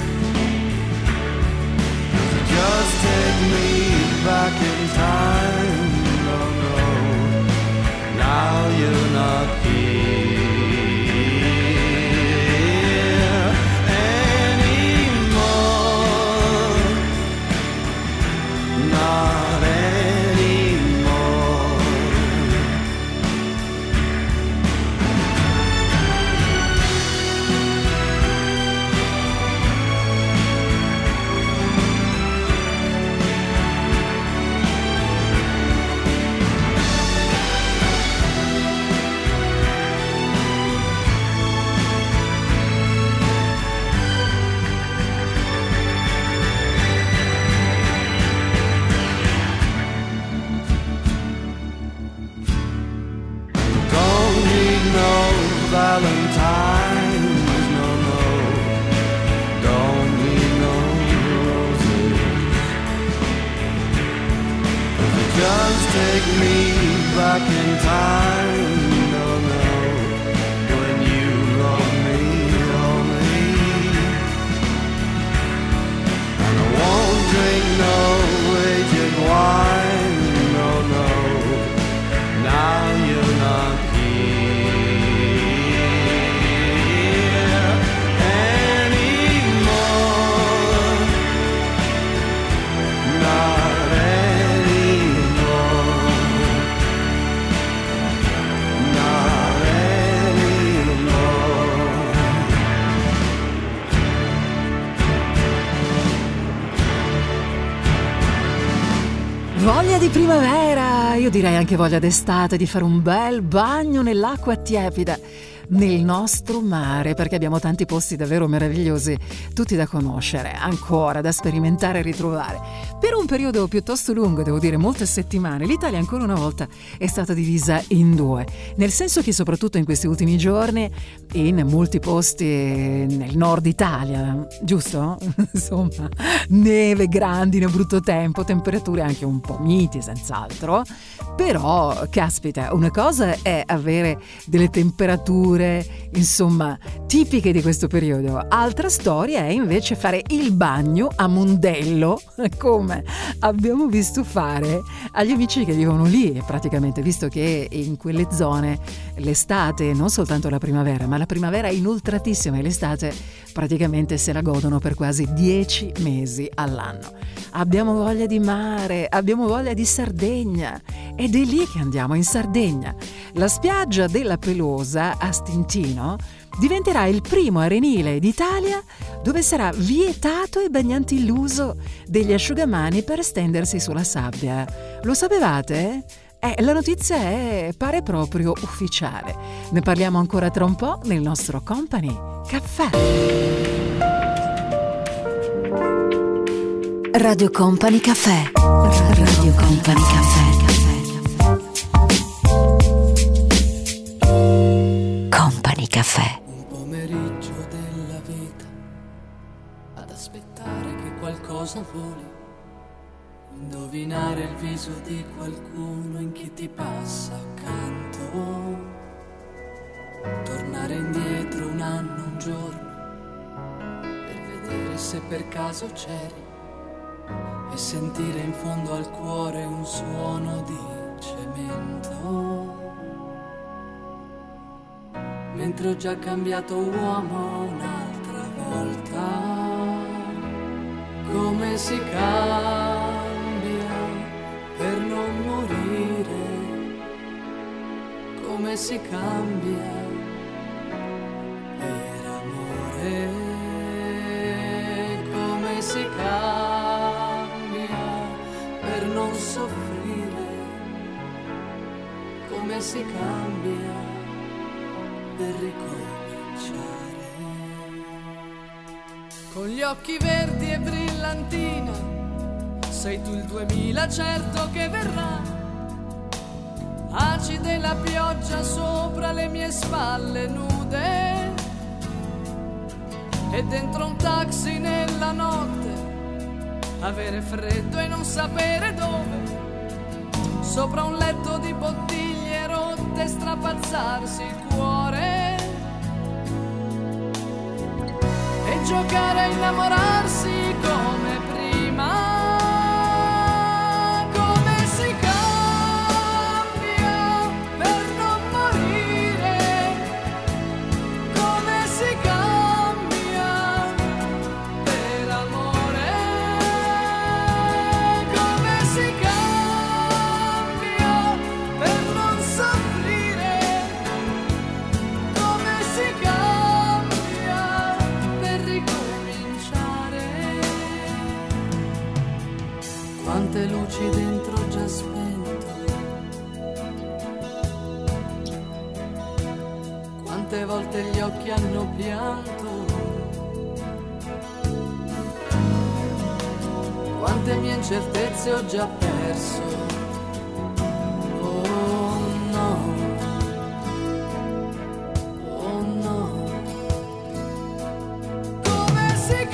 'cause they just take me back in time, no, no. Now take me back in time. No, no, when you love me only. And I won't drink no aged wine. No, no, now you're not here anymore. Not anymore. Not anymore. Voglia di primavera, io direi anche voglia d'estate, di fare un bel bagno nell'acqua tiepida nel nostro mare, perché abbiamo tanti posti davvero meravigliosi, tutti da conoscere, ancora da sperimentare e ritrovare. Per un periodo piuttosto lungo, devo dire molte settimane, l'Italia ancora una volta è stata divisa in due, nel senso che soprattutto in questi ultimi giorni in molti posti nel nord Italia, giusto? Insomma, neve, grandine, brutto tempo, temperature anche un po' miti senz'altro, però caspita, una cosa è avere delle temperature insomma tipiche di questo periodo, altra storia è invece fare il bagno a mondello come abbiamo visto fare agli amici che vivono lì praticamente, visto che in quelle zone l'estate, non soltanto la primavera, ma la primavera è inoltratissima e l'estate praticamente se la godono per quasi dieci mesi all'anno. Abbiamo voglia di mare, abbiamo voglia di Sardegna ed è lì che andiamo, in Sardegna. La spiaggia della Pelosa a Stintino diventerà il primo arenile d'Italia dove sarà vietato ai bagnanti l'uso degli asciugamani per stendersi sulla sabbia. Lo sapevate? Eh, la notizia è pare proprio ufficiale. Ne parliamo ancora tra un po' nel nostro Company Caffè. Radio Company Caffè. Radio Company Caffè. Company Caffè. Un pomeriggio della vita ad aspettare che qualcosa voli, indovinare il viso di qualcuno in chi ti passa accanto, tornare indietro un anno, un giorno per vedere se per caso c'eri e sentire in fondo al cuore un suono di cemento. Mentre ho già cambiato uomo un'altra volta, come si cambia per non morire, come si cambia per amore, come si cambia per non soffrire, come si cambia per ricominciare. Con gli occhi verdi e brillantina, sei tu il duemila certo che verrà. Acide la pioggia sopra le mie spalle nude e dentro un taxi nella notte, avere freddo e non sapere dove, sopra un letto di bottiglie rotte, strapazzarsi il cuore e giocare a innamorarsi come prima. Come si cambia per non morire, come si cambia per amore, come si cambia per non soffrire, come si cambia per ricominciare. Quante luci dentro già spento, quante volte gli occhi hanno pianto, quante mie incertezze ho già perso. Oh no, oh no. Come si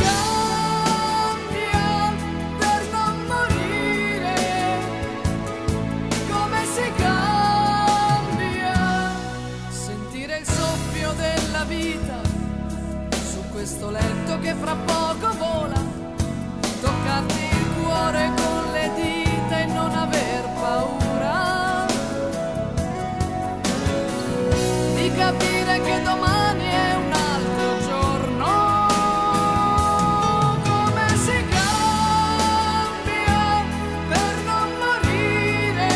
cambia per non morire, come capire che domani è un altro giorno. Come si cambia per non morire,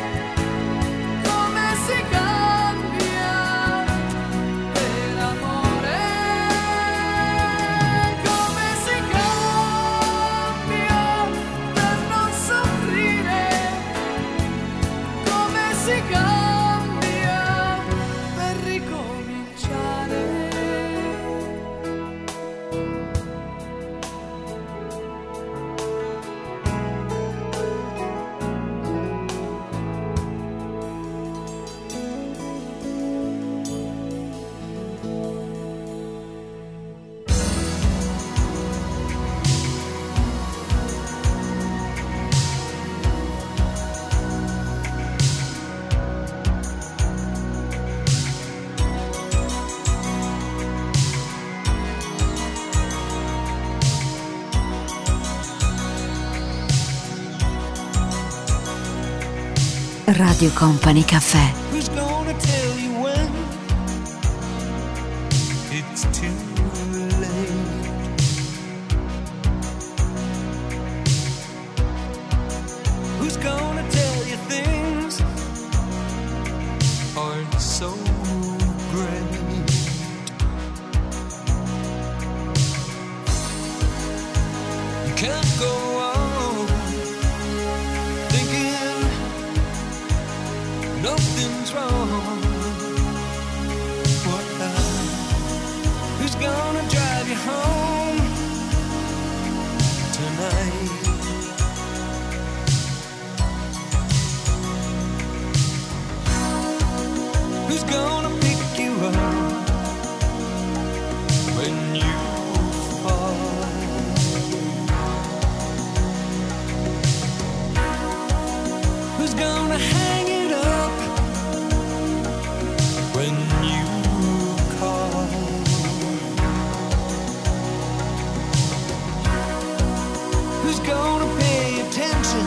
come si cambia per amore, come si cambia per non soffrire, come si cambia per ricominciare. Radio Company Cafè. Who's gonna tell you when it's too late? Who's gonna tell you things aren't so great? You can't go on thinking nothing's wrong. What now? Who's gonna drive you home tonight? Who's gonna pick you up when you fall? Who's gonna hang it up when you call? Who's gonna pay attention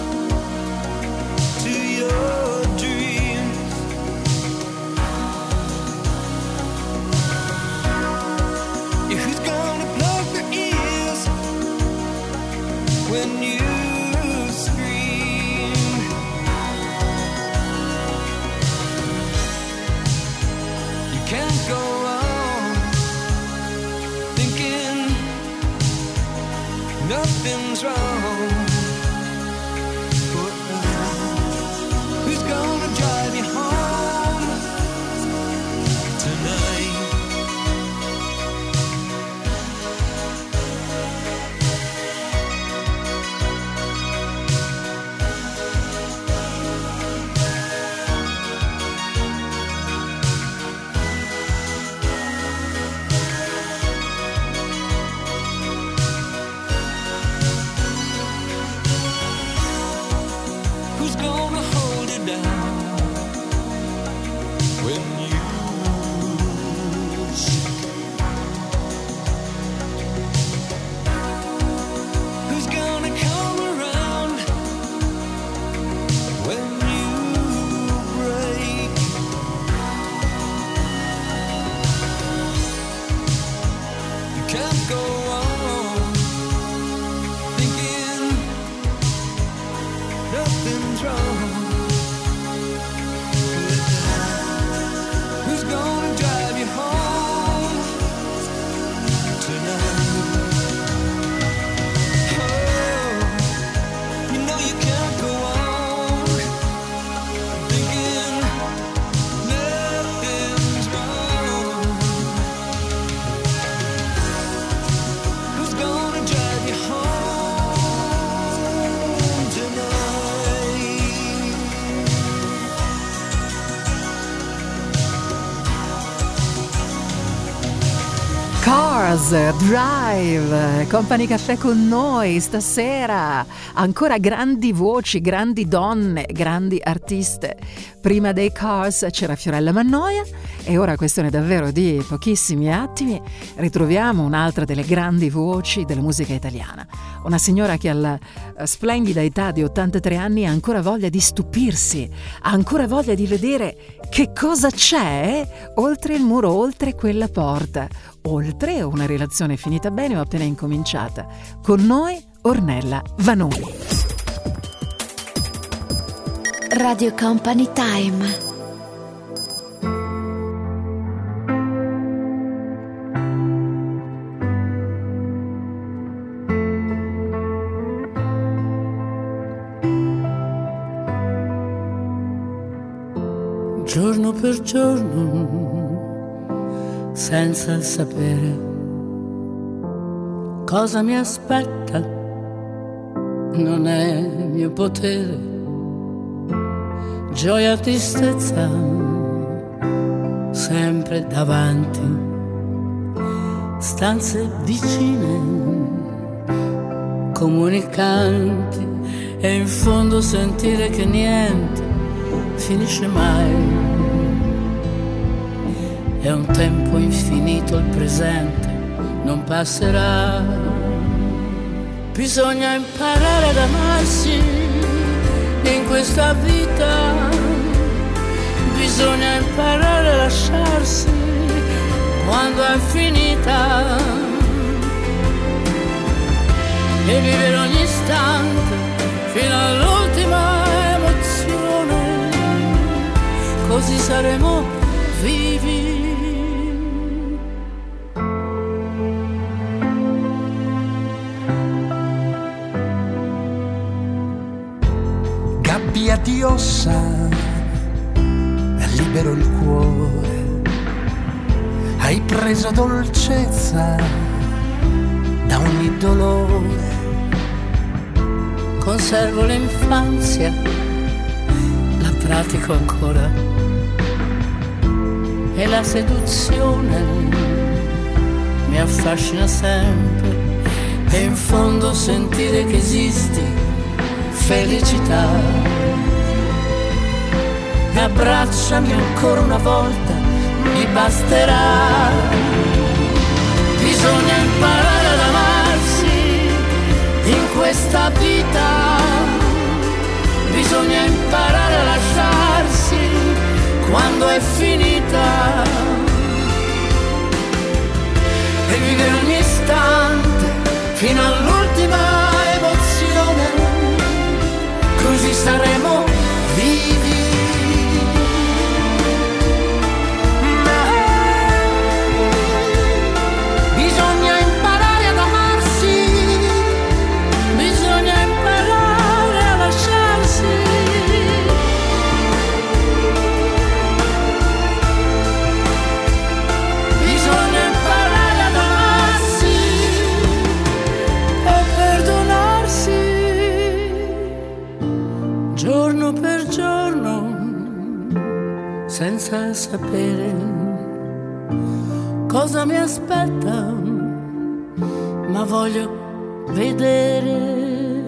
to your dreams? Yeah, who's gonna plug their ears when you scream? You can't go on thinking nothing's wrong. Who's gonna drive you home tonight? Who's gonna hold it down when you shake? Who's gonna come around when you break? You can't go on thinking nothing's wrong. Who's gonna drive you home tonight? Oh, you know you can't go on thinking nothing's wrong. Who's gonna drive you home tonight? Cars Drive, Company Cafè con noi stasera. Ancora grandi voci, grandi donne, grandi artiste. Prima dei Cars c'era Fiorella Mannoia E ora, questione davvero di pochissimi attimi, ritroviamo un'altra delle grandi voci della musica italiana. Una signora che alla splendida età di ottantatré anni ha ancora voglia di stupirsi, ha ancora voglia di vedere che cosa c'è oltre il muro, oltre quella porta, oltre una relazione finita bene o appena incominciata. Con noi Ornella Vanoni. Radio Company Time. Giorno per giorno, senza sapere cosa mi aspetta, non è mio potere. Gioia, tristezza, sempre davanti, stanze vicine, comunicanti, e in fondo sentire che niente finisce mai. È un tempo infinito il presente, non passerà. Bisogna imparare ad amarsi in questa vita, bisogna imparare a lasciarsi quando è finita e vivere ogni istante fino all'ultima emozione, così saremo vivi. Gabbia di ossa, libero il cuore, hai preso dolcezza da ogni dolore. Conservo l'infanzia, la pratico ancora, e la seduzione mi affascina sempre, e in fondo sentire che esisti felicità. Abbracciami ancora una volta, mi basterà. Bisogna imparare ad amarsi in questa vita, bisogna imparare a lasciarsi quando è finita e vivere ogni istante fino all'ultima emozione, così saremo vivi. Senza sapere cosa mi aspetta, ma voglio vedere.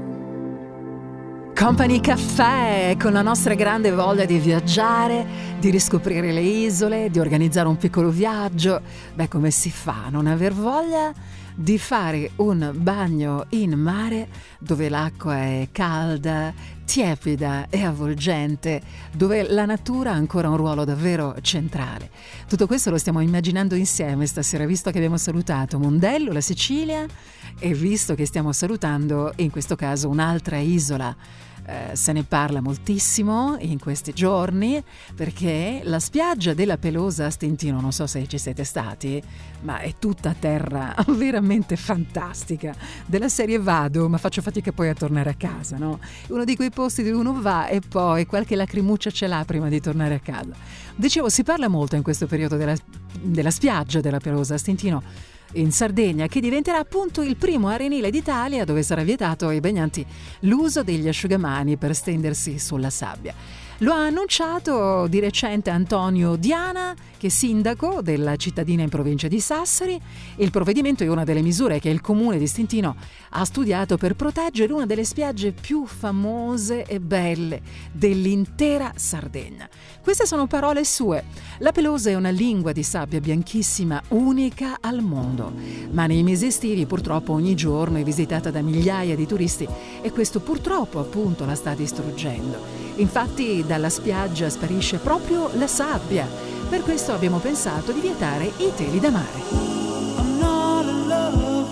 Company Caffè, con la nostra grande voglia di viaggiare, di riscoprire le isole, di organizzare un piccolo viaggio. Beh, come si fa a non aver voglia di fare un bagno in mare dove l'acqua è calda, tiepida e avvolgente, dove la natura ha ancora un ruolo davvero centrale. Tutto questo lo stiamo immaginando insieme stasera, visto che abbiamo salutato Mondello, la Sicilia, e visto che stiamo salutando in questo caso un'altra isola. Eh, se ne parla moltissimo in questi giorni, perché la spiaggia della Pelosa a Stintino, non so se ci siete stati, ma è tutta terra veramente fantastica, della serie vado ma faccio fatica poi a tornare a casa, no? Uno di quei posti dove uno va e poi qualche lacrimuccia ce l'ha prima di tornare a casa. Dicevo, si parla molto in questo periodo della, della spiaggia della Pelosa a Stintino in Sardegna, che diventerà appunto il primo arenile d'Italia dove sarà vietato ai bagnanti l'uso degli asciugamani per stendersi sulla sabbia. Lo ha annunciato di recente Antonio Diana, che è sindaco della cittadina in provincia di Sassari. Il provvedimento è una delle misure che il comune di Stintino ha studiato per proteggere una delle spiagge più famose e belle dell'intera Sardegna. Queste sono parole sue. La Pelosa è una lingua di sabbia bianchissima unica al mondo, ma nei mesi estivi purtroppo ogni giorno è visitata da migliaia di turisti e questo purtroppo appunto la sta distruggendo. Infatti dalla spiaggia sparisce proprio la sabbia. Per questo abbiamo pensato di vietare i teli da mare. I'm not in love,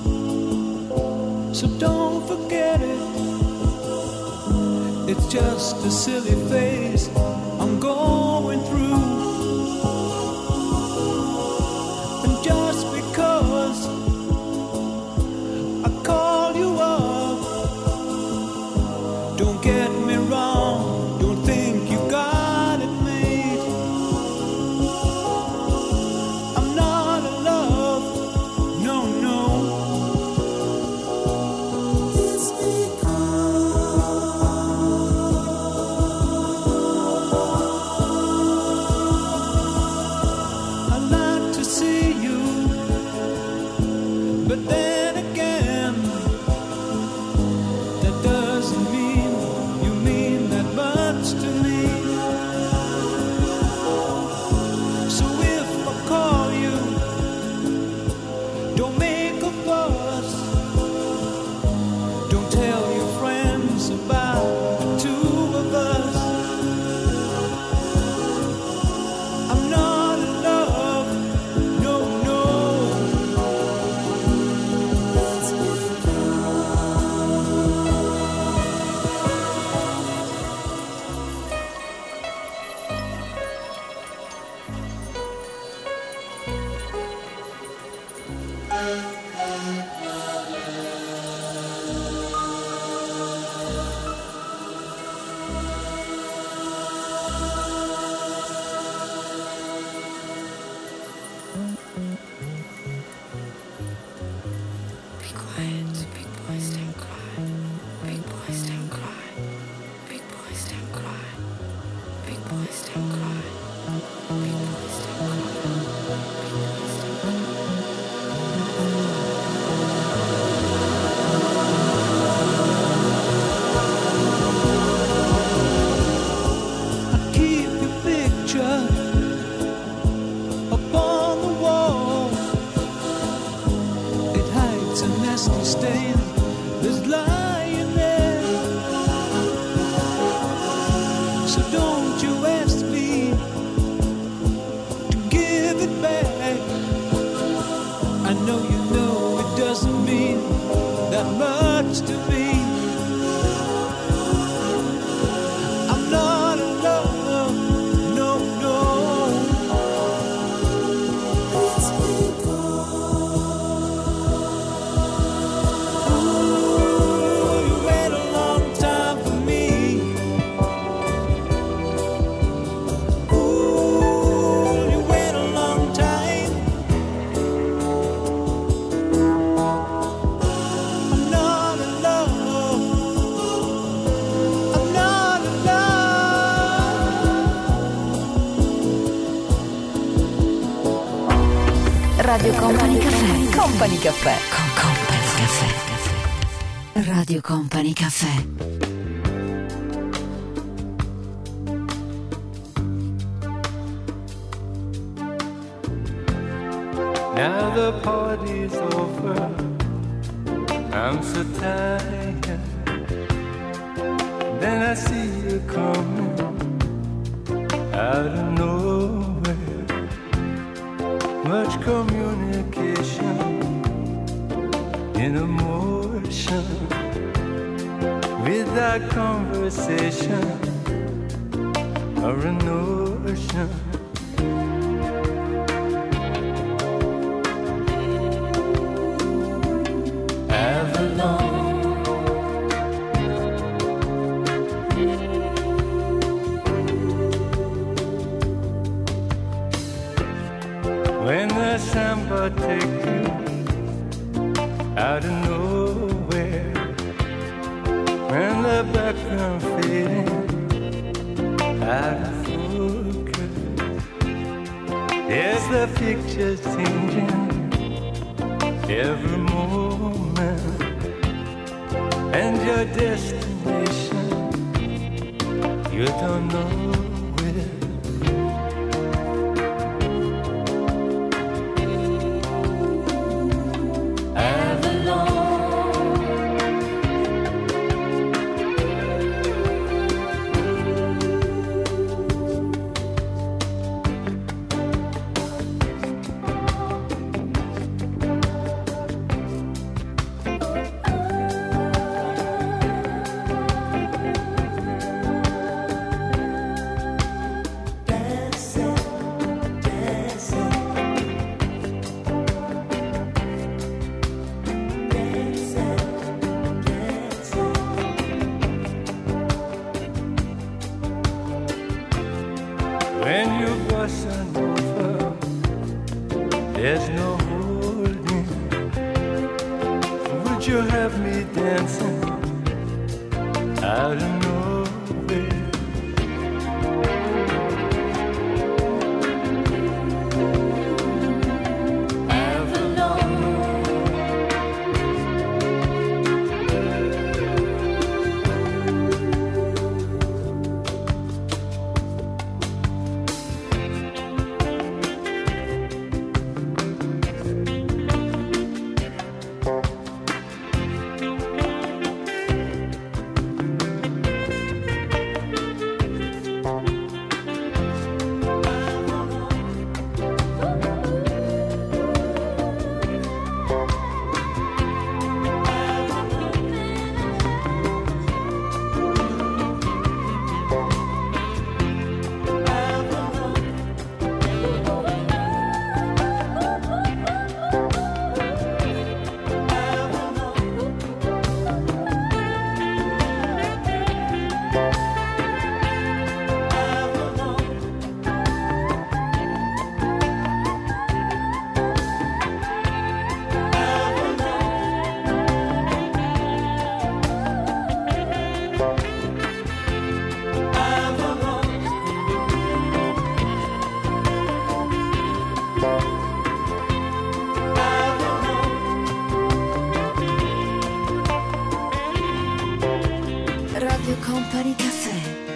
so don't forget it. It's just a silly phase I'm going through. And just because I call you up, don't get me wrong, don't think you got it made. I'm not in love, no, no. It's I like to see you, but then again, that doesn't mean you mean that much to me. So if I call you, don't make a fuss. Don't tell your friends about the two of us. I'm not in love, no, no. Be quiet, big boys don't cry. Big boys don't cry. Big boys don't cry. Big boys don't cry. Big boys don't I keep your picture upon the wall. It hides a nasty stain that's lying there. So don't you ask me to give it back. I know you know it doesn't mean that much to me. I'm not in love, no, no. It's Ooh, you wait a long time for me. Ooh, you wait a long time. I'm not in love. I'm not in love. Radio Company Caffè. Company Caffè. Con Company Caffè. Radio Company Caffè. Now the party's over, I'm so tired. Then I see you coming out of nowhere. Much communication in emotion, without conversation or a notion. Avalon, when the samba take you out of nowhere, when the background fading out of focus. There's the picture changing every moment, and your destination you don't know where. When you bustin' over, there's no holding. Would you have me dancing out of nowhere? Radio Company Café.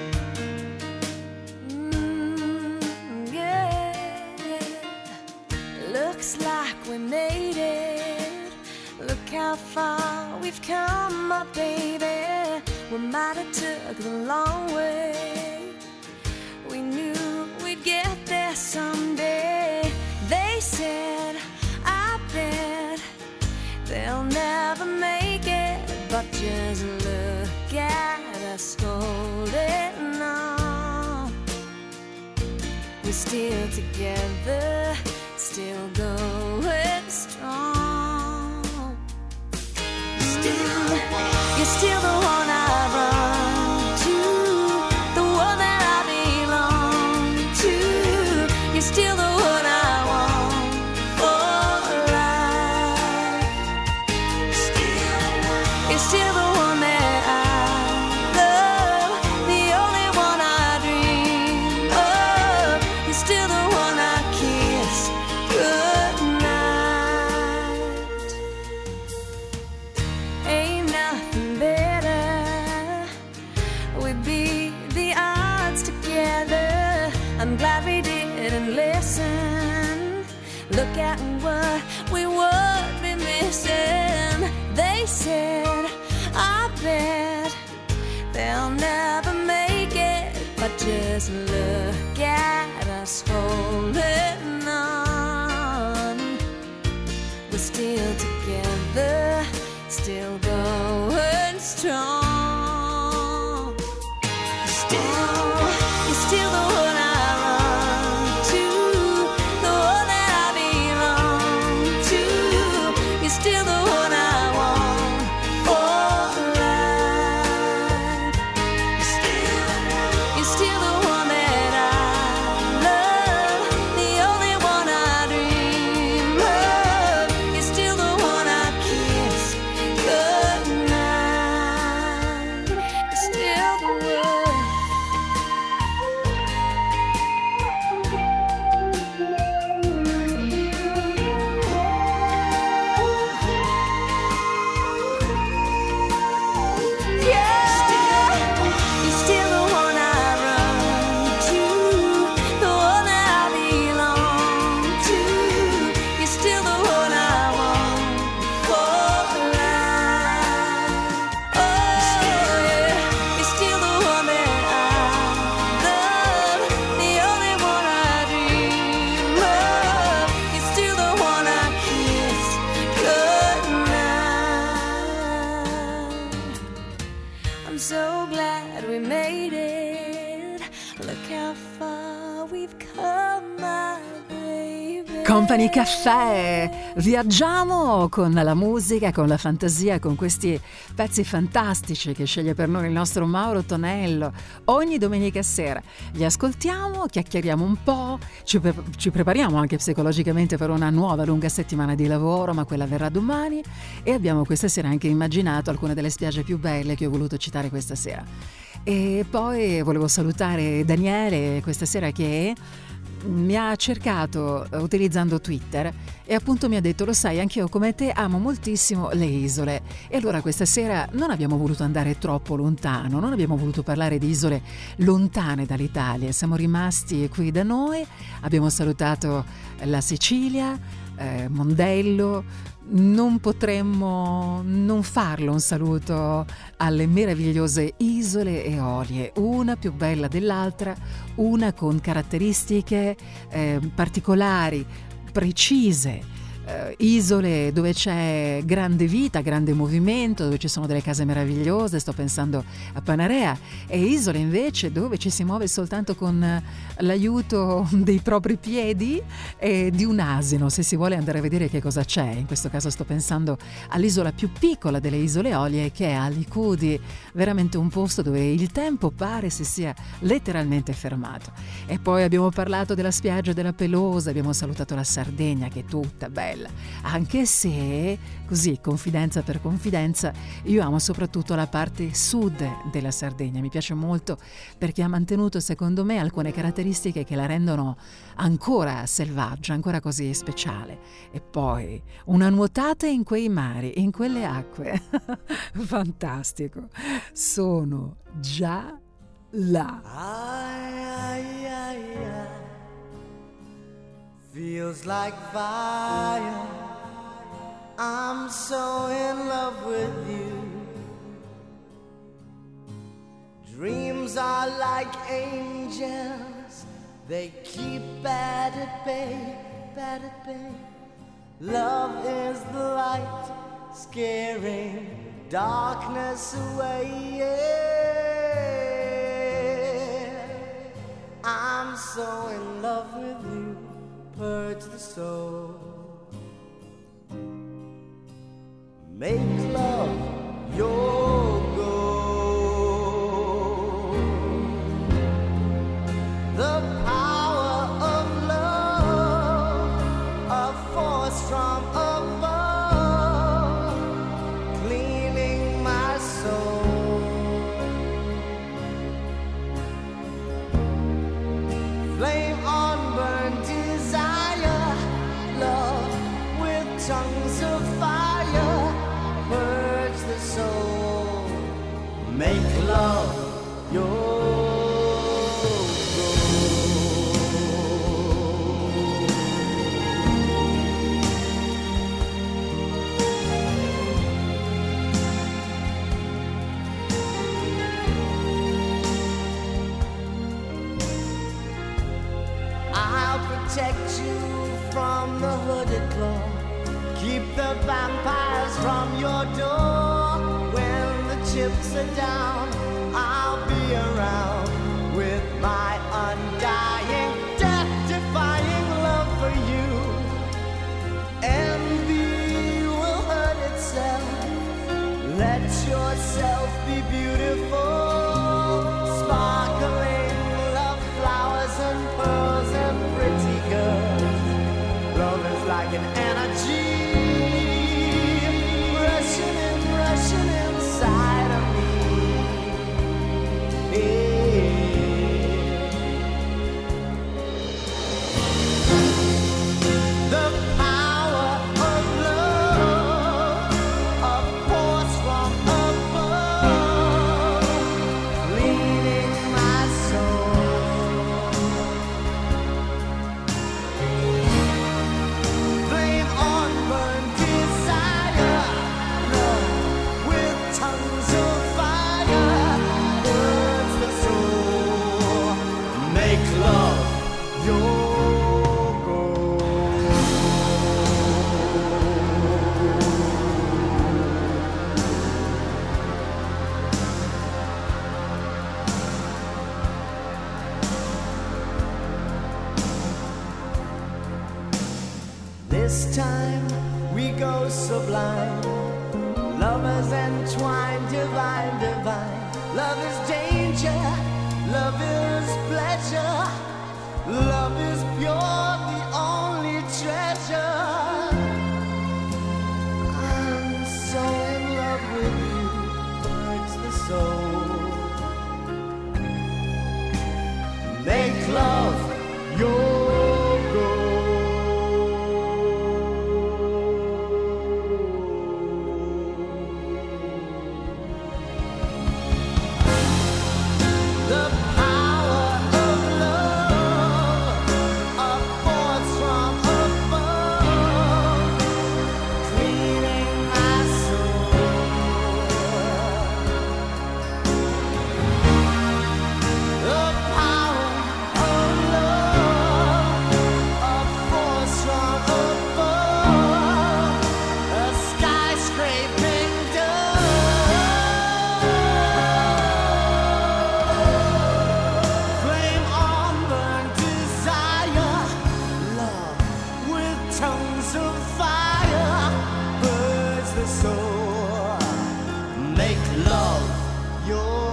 Looks like we made it. Look how far we've come, my baby. We might have took the long way. We knew we'd get there someday. They said, I bet they'll never make it. But just look at us holding on. We're still together, still going strong. Still, you're still the one I run to, the one that I belong to. You're still the one I want for life. Still, you're still the one that I love, the only one I dream of. You're still the one I kiss goodnight. Ain't nothing better. We beat the odds together. I'm glad we didn't listen. Look at what we would be missing. They said, I bet they'll never make it. But just look at us holding on. We're still together, still going strong. Still, you're still the one I run to, the one that I belong to. You're still the one I want for life. You're still, you're still the one that I love, Company Cafè, viaggiamo con la musica, con la fantasia, con questi pezzi fantastici che sceglie per noi il nostro Mauro Tonello ogni domenica sera. Li ascoltiamo, chiacchieriamo un po', ci, pre- ci prepariamo anche psicologicamente per una nuova lunga settimana di lavoro, ma quella verrà domani, e abbiamo questa sera anche immaginato alcune delle spiagge più belle che ho voluto citare questa sera. E poi volevo salutare Daniele questa sera, che mi ha cercato utilizzando Twitter e appunto mi ha detto: lo sai, anch'io come te amo moltissimo le isole. E allora questa sera non abbiamo voluto andare troppo lontano, non abbiamo voluto parlare di isole lontane dall'Italia, siamo rimasti qui da noi, abbiamo salutato la Sicilia, eh, Mondello. Non potremmo non farlo un saluto alle meravigliose isole Eolie, una più bella dell'altra, una con caratteristiche eh, particolari, precise. Uh, isole dove c'è grande vita, grande movimento, dove ci sono delle case meravigliose, sto pensando a Panarea, e isole invece dove ci si muove soltanto con l'aiuto dei propri piedi e di un asino, se si vuole andare a vedere che cosa c'è. In questo caso sto pensando all'isola più piccola delle isole Eolie, che è a Licudi, veramente un posto dove il tempo pare si sia letteralmente fermato. E poi abbiamo parlato della spiaggia della Pelosa, abbiamo salutato la Sardegna, che è tutta bella, anche se, così confidenza per confidenza, io amo soprattutto la parte sud della Sardegna, mi piace molto perché ha mantenuto secondo me alcune caratteristiche che la rendono ancora selvaggia, ancora così speciale. E poi una nuotata in quei mari, in quelle acque, fantastico, sono già là. Ai, ai, ai, ai. Feels like fire. I'm so in love with you. Dreams are like angels. They keep bad at bay, bad at bay. Love is the light, scaring darkness away. Yeah. I'm so in love with you. Purge the soul. Make love your goal. The power of love, a force from above, cleaning my soul. Flame on burn desire, love with tongues of fire, purge the soul, make love your protect you from the hooded claw. Keep the vampires from your door. When the chips are down, I'll be around with my undying, death-defying love for you. Envy will hurt itself. Let yourself be beautiful, sparkling love flowers and pearls and pretty girls. Love is like an energy rushing and rushing inside of me. Yeah. This time we go sublime, lovers entwined, divine, divine. Love is danger, love is pleasure, love is pure, the only treasure. I'm so in love with you, hurts the soul. Make love your goal. The power of love, a force from above, cleaning my soul. The power of love, a force from above, a skyscraping flame on burnt desire, love with tongues of fire, burns the soul. Make love your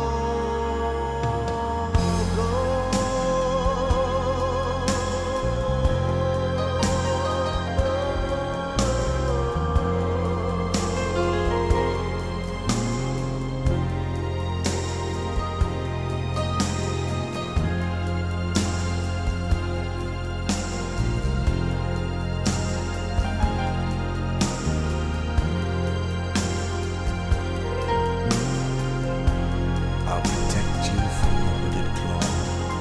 I'll protect you from the hooded claw.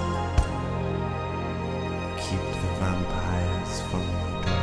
Keep the vampires from your door.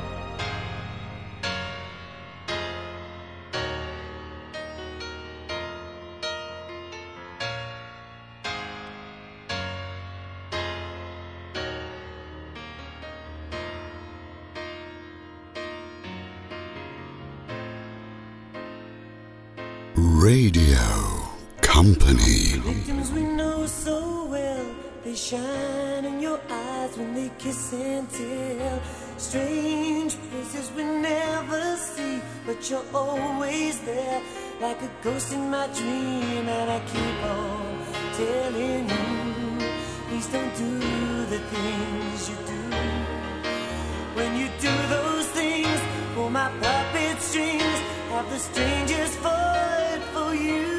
Radio Company. Victims we know so well, they shine in your eyes when they kiss and tell. Strange places we never see, but you're always there, like a ghost in my dream. And I keep on telling you, please don't do the things you do. When you do those things, pull my puppet strings, have the strangest fight for you.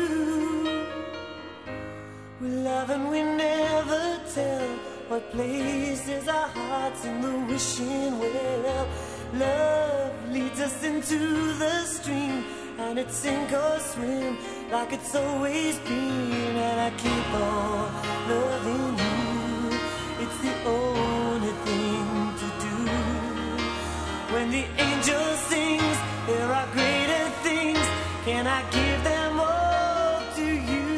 We love and we never tell what places our hearts in the wishing well. Love leads us into the stream, and it's sink or swim like it's always been. And I keep on loving you, it's the only thing to do. When the angel sings, there are greater things, can I give them all to you?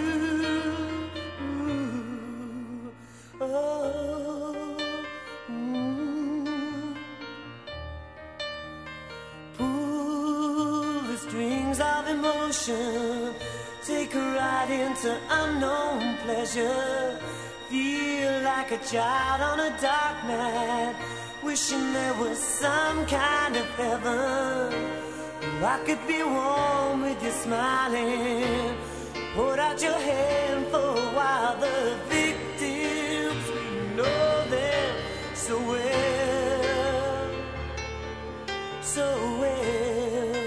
Ooh, oh, mm. Pull the strings of emotion, take a ride into unknown pleasure. Feel like a child on a dark night, wishing there was some kind of heaven. I could be warm with you smiling. Hold out your hand for a while. The victims, we know them so well, so well.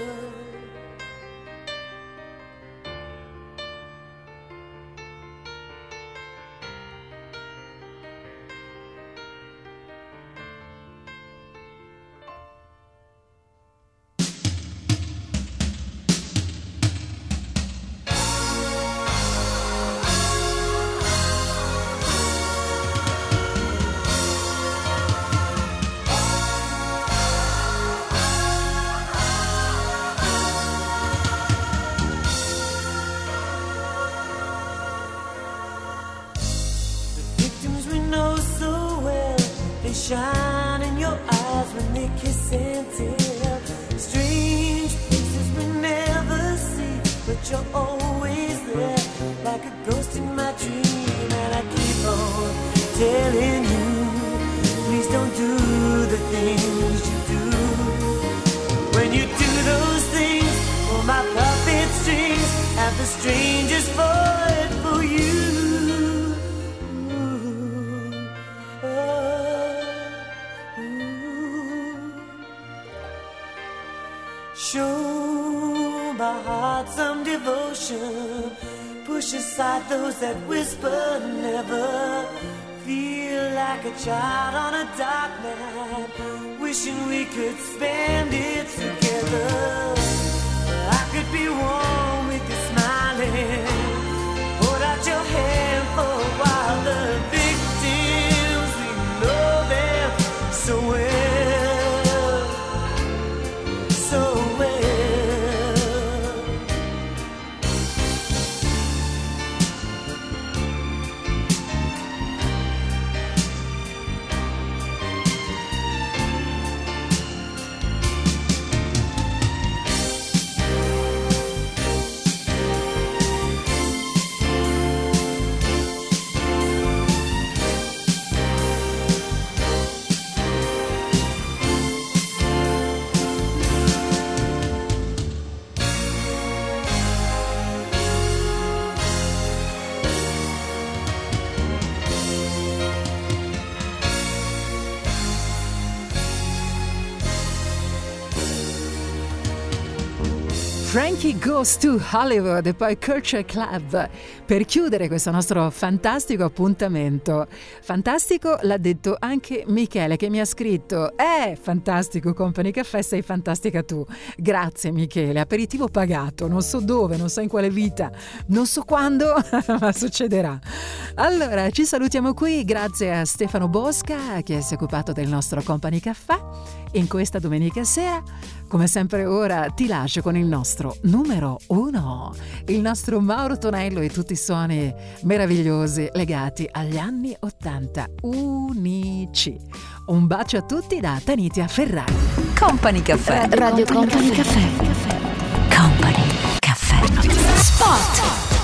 Shine in your eyes when they kiss and tell. Strange places we never see, but you're always there, like a ghost in my dream. And I keep on telling you, please don't do the things you do. the strangest void for you. Ooh, oh, ooh. Show my heart some devotion. Push aside those that whisper never. Feel like a child on a dark night, wishing we could spend it together. I could be warm with you smiling. Hold out your hand for a while. The victims, we know them so well, so well. Frankie Goes to Hollywood e poi Culture Club per chiudere questo nostro fantastico appuntamento. Fantastico l'ha detto anche Michele, che mi ha scritto: eh, fantastico Company Cafè, sei fantastica tu. Grazie Michele, aperitivo pagato, non so dove, non so in quale vita, non so quando, ma succederà. Allora, ci salutiamo qui, grazie a Stefano Bosca che si è occupato del nostro Company Cafè in questa domenica sera. Come sempre ora ti lascio con il nostro numero uno, il nostro Mauro Tonello e tutti i suoni meravigliosi legati agli anni ottanta, unici. Un bacio a tutti da Tanitia Ferrari. Company Cafè. Radio Company Cafè. Company Cafè. Spot.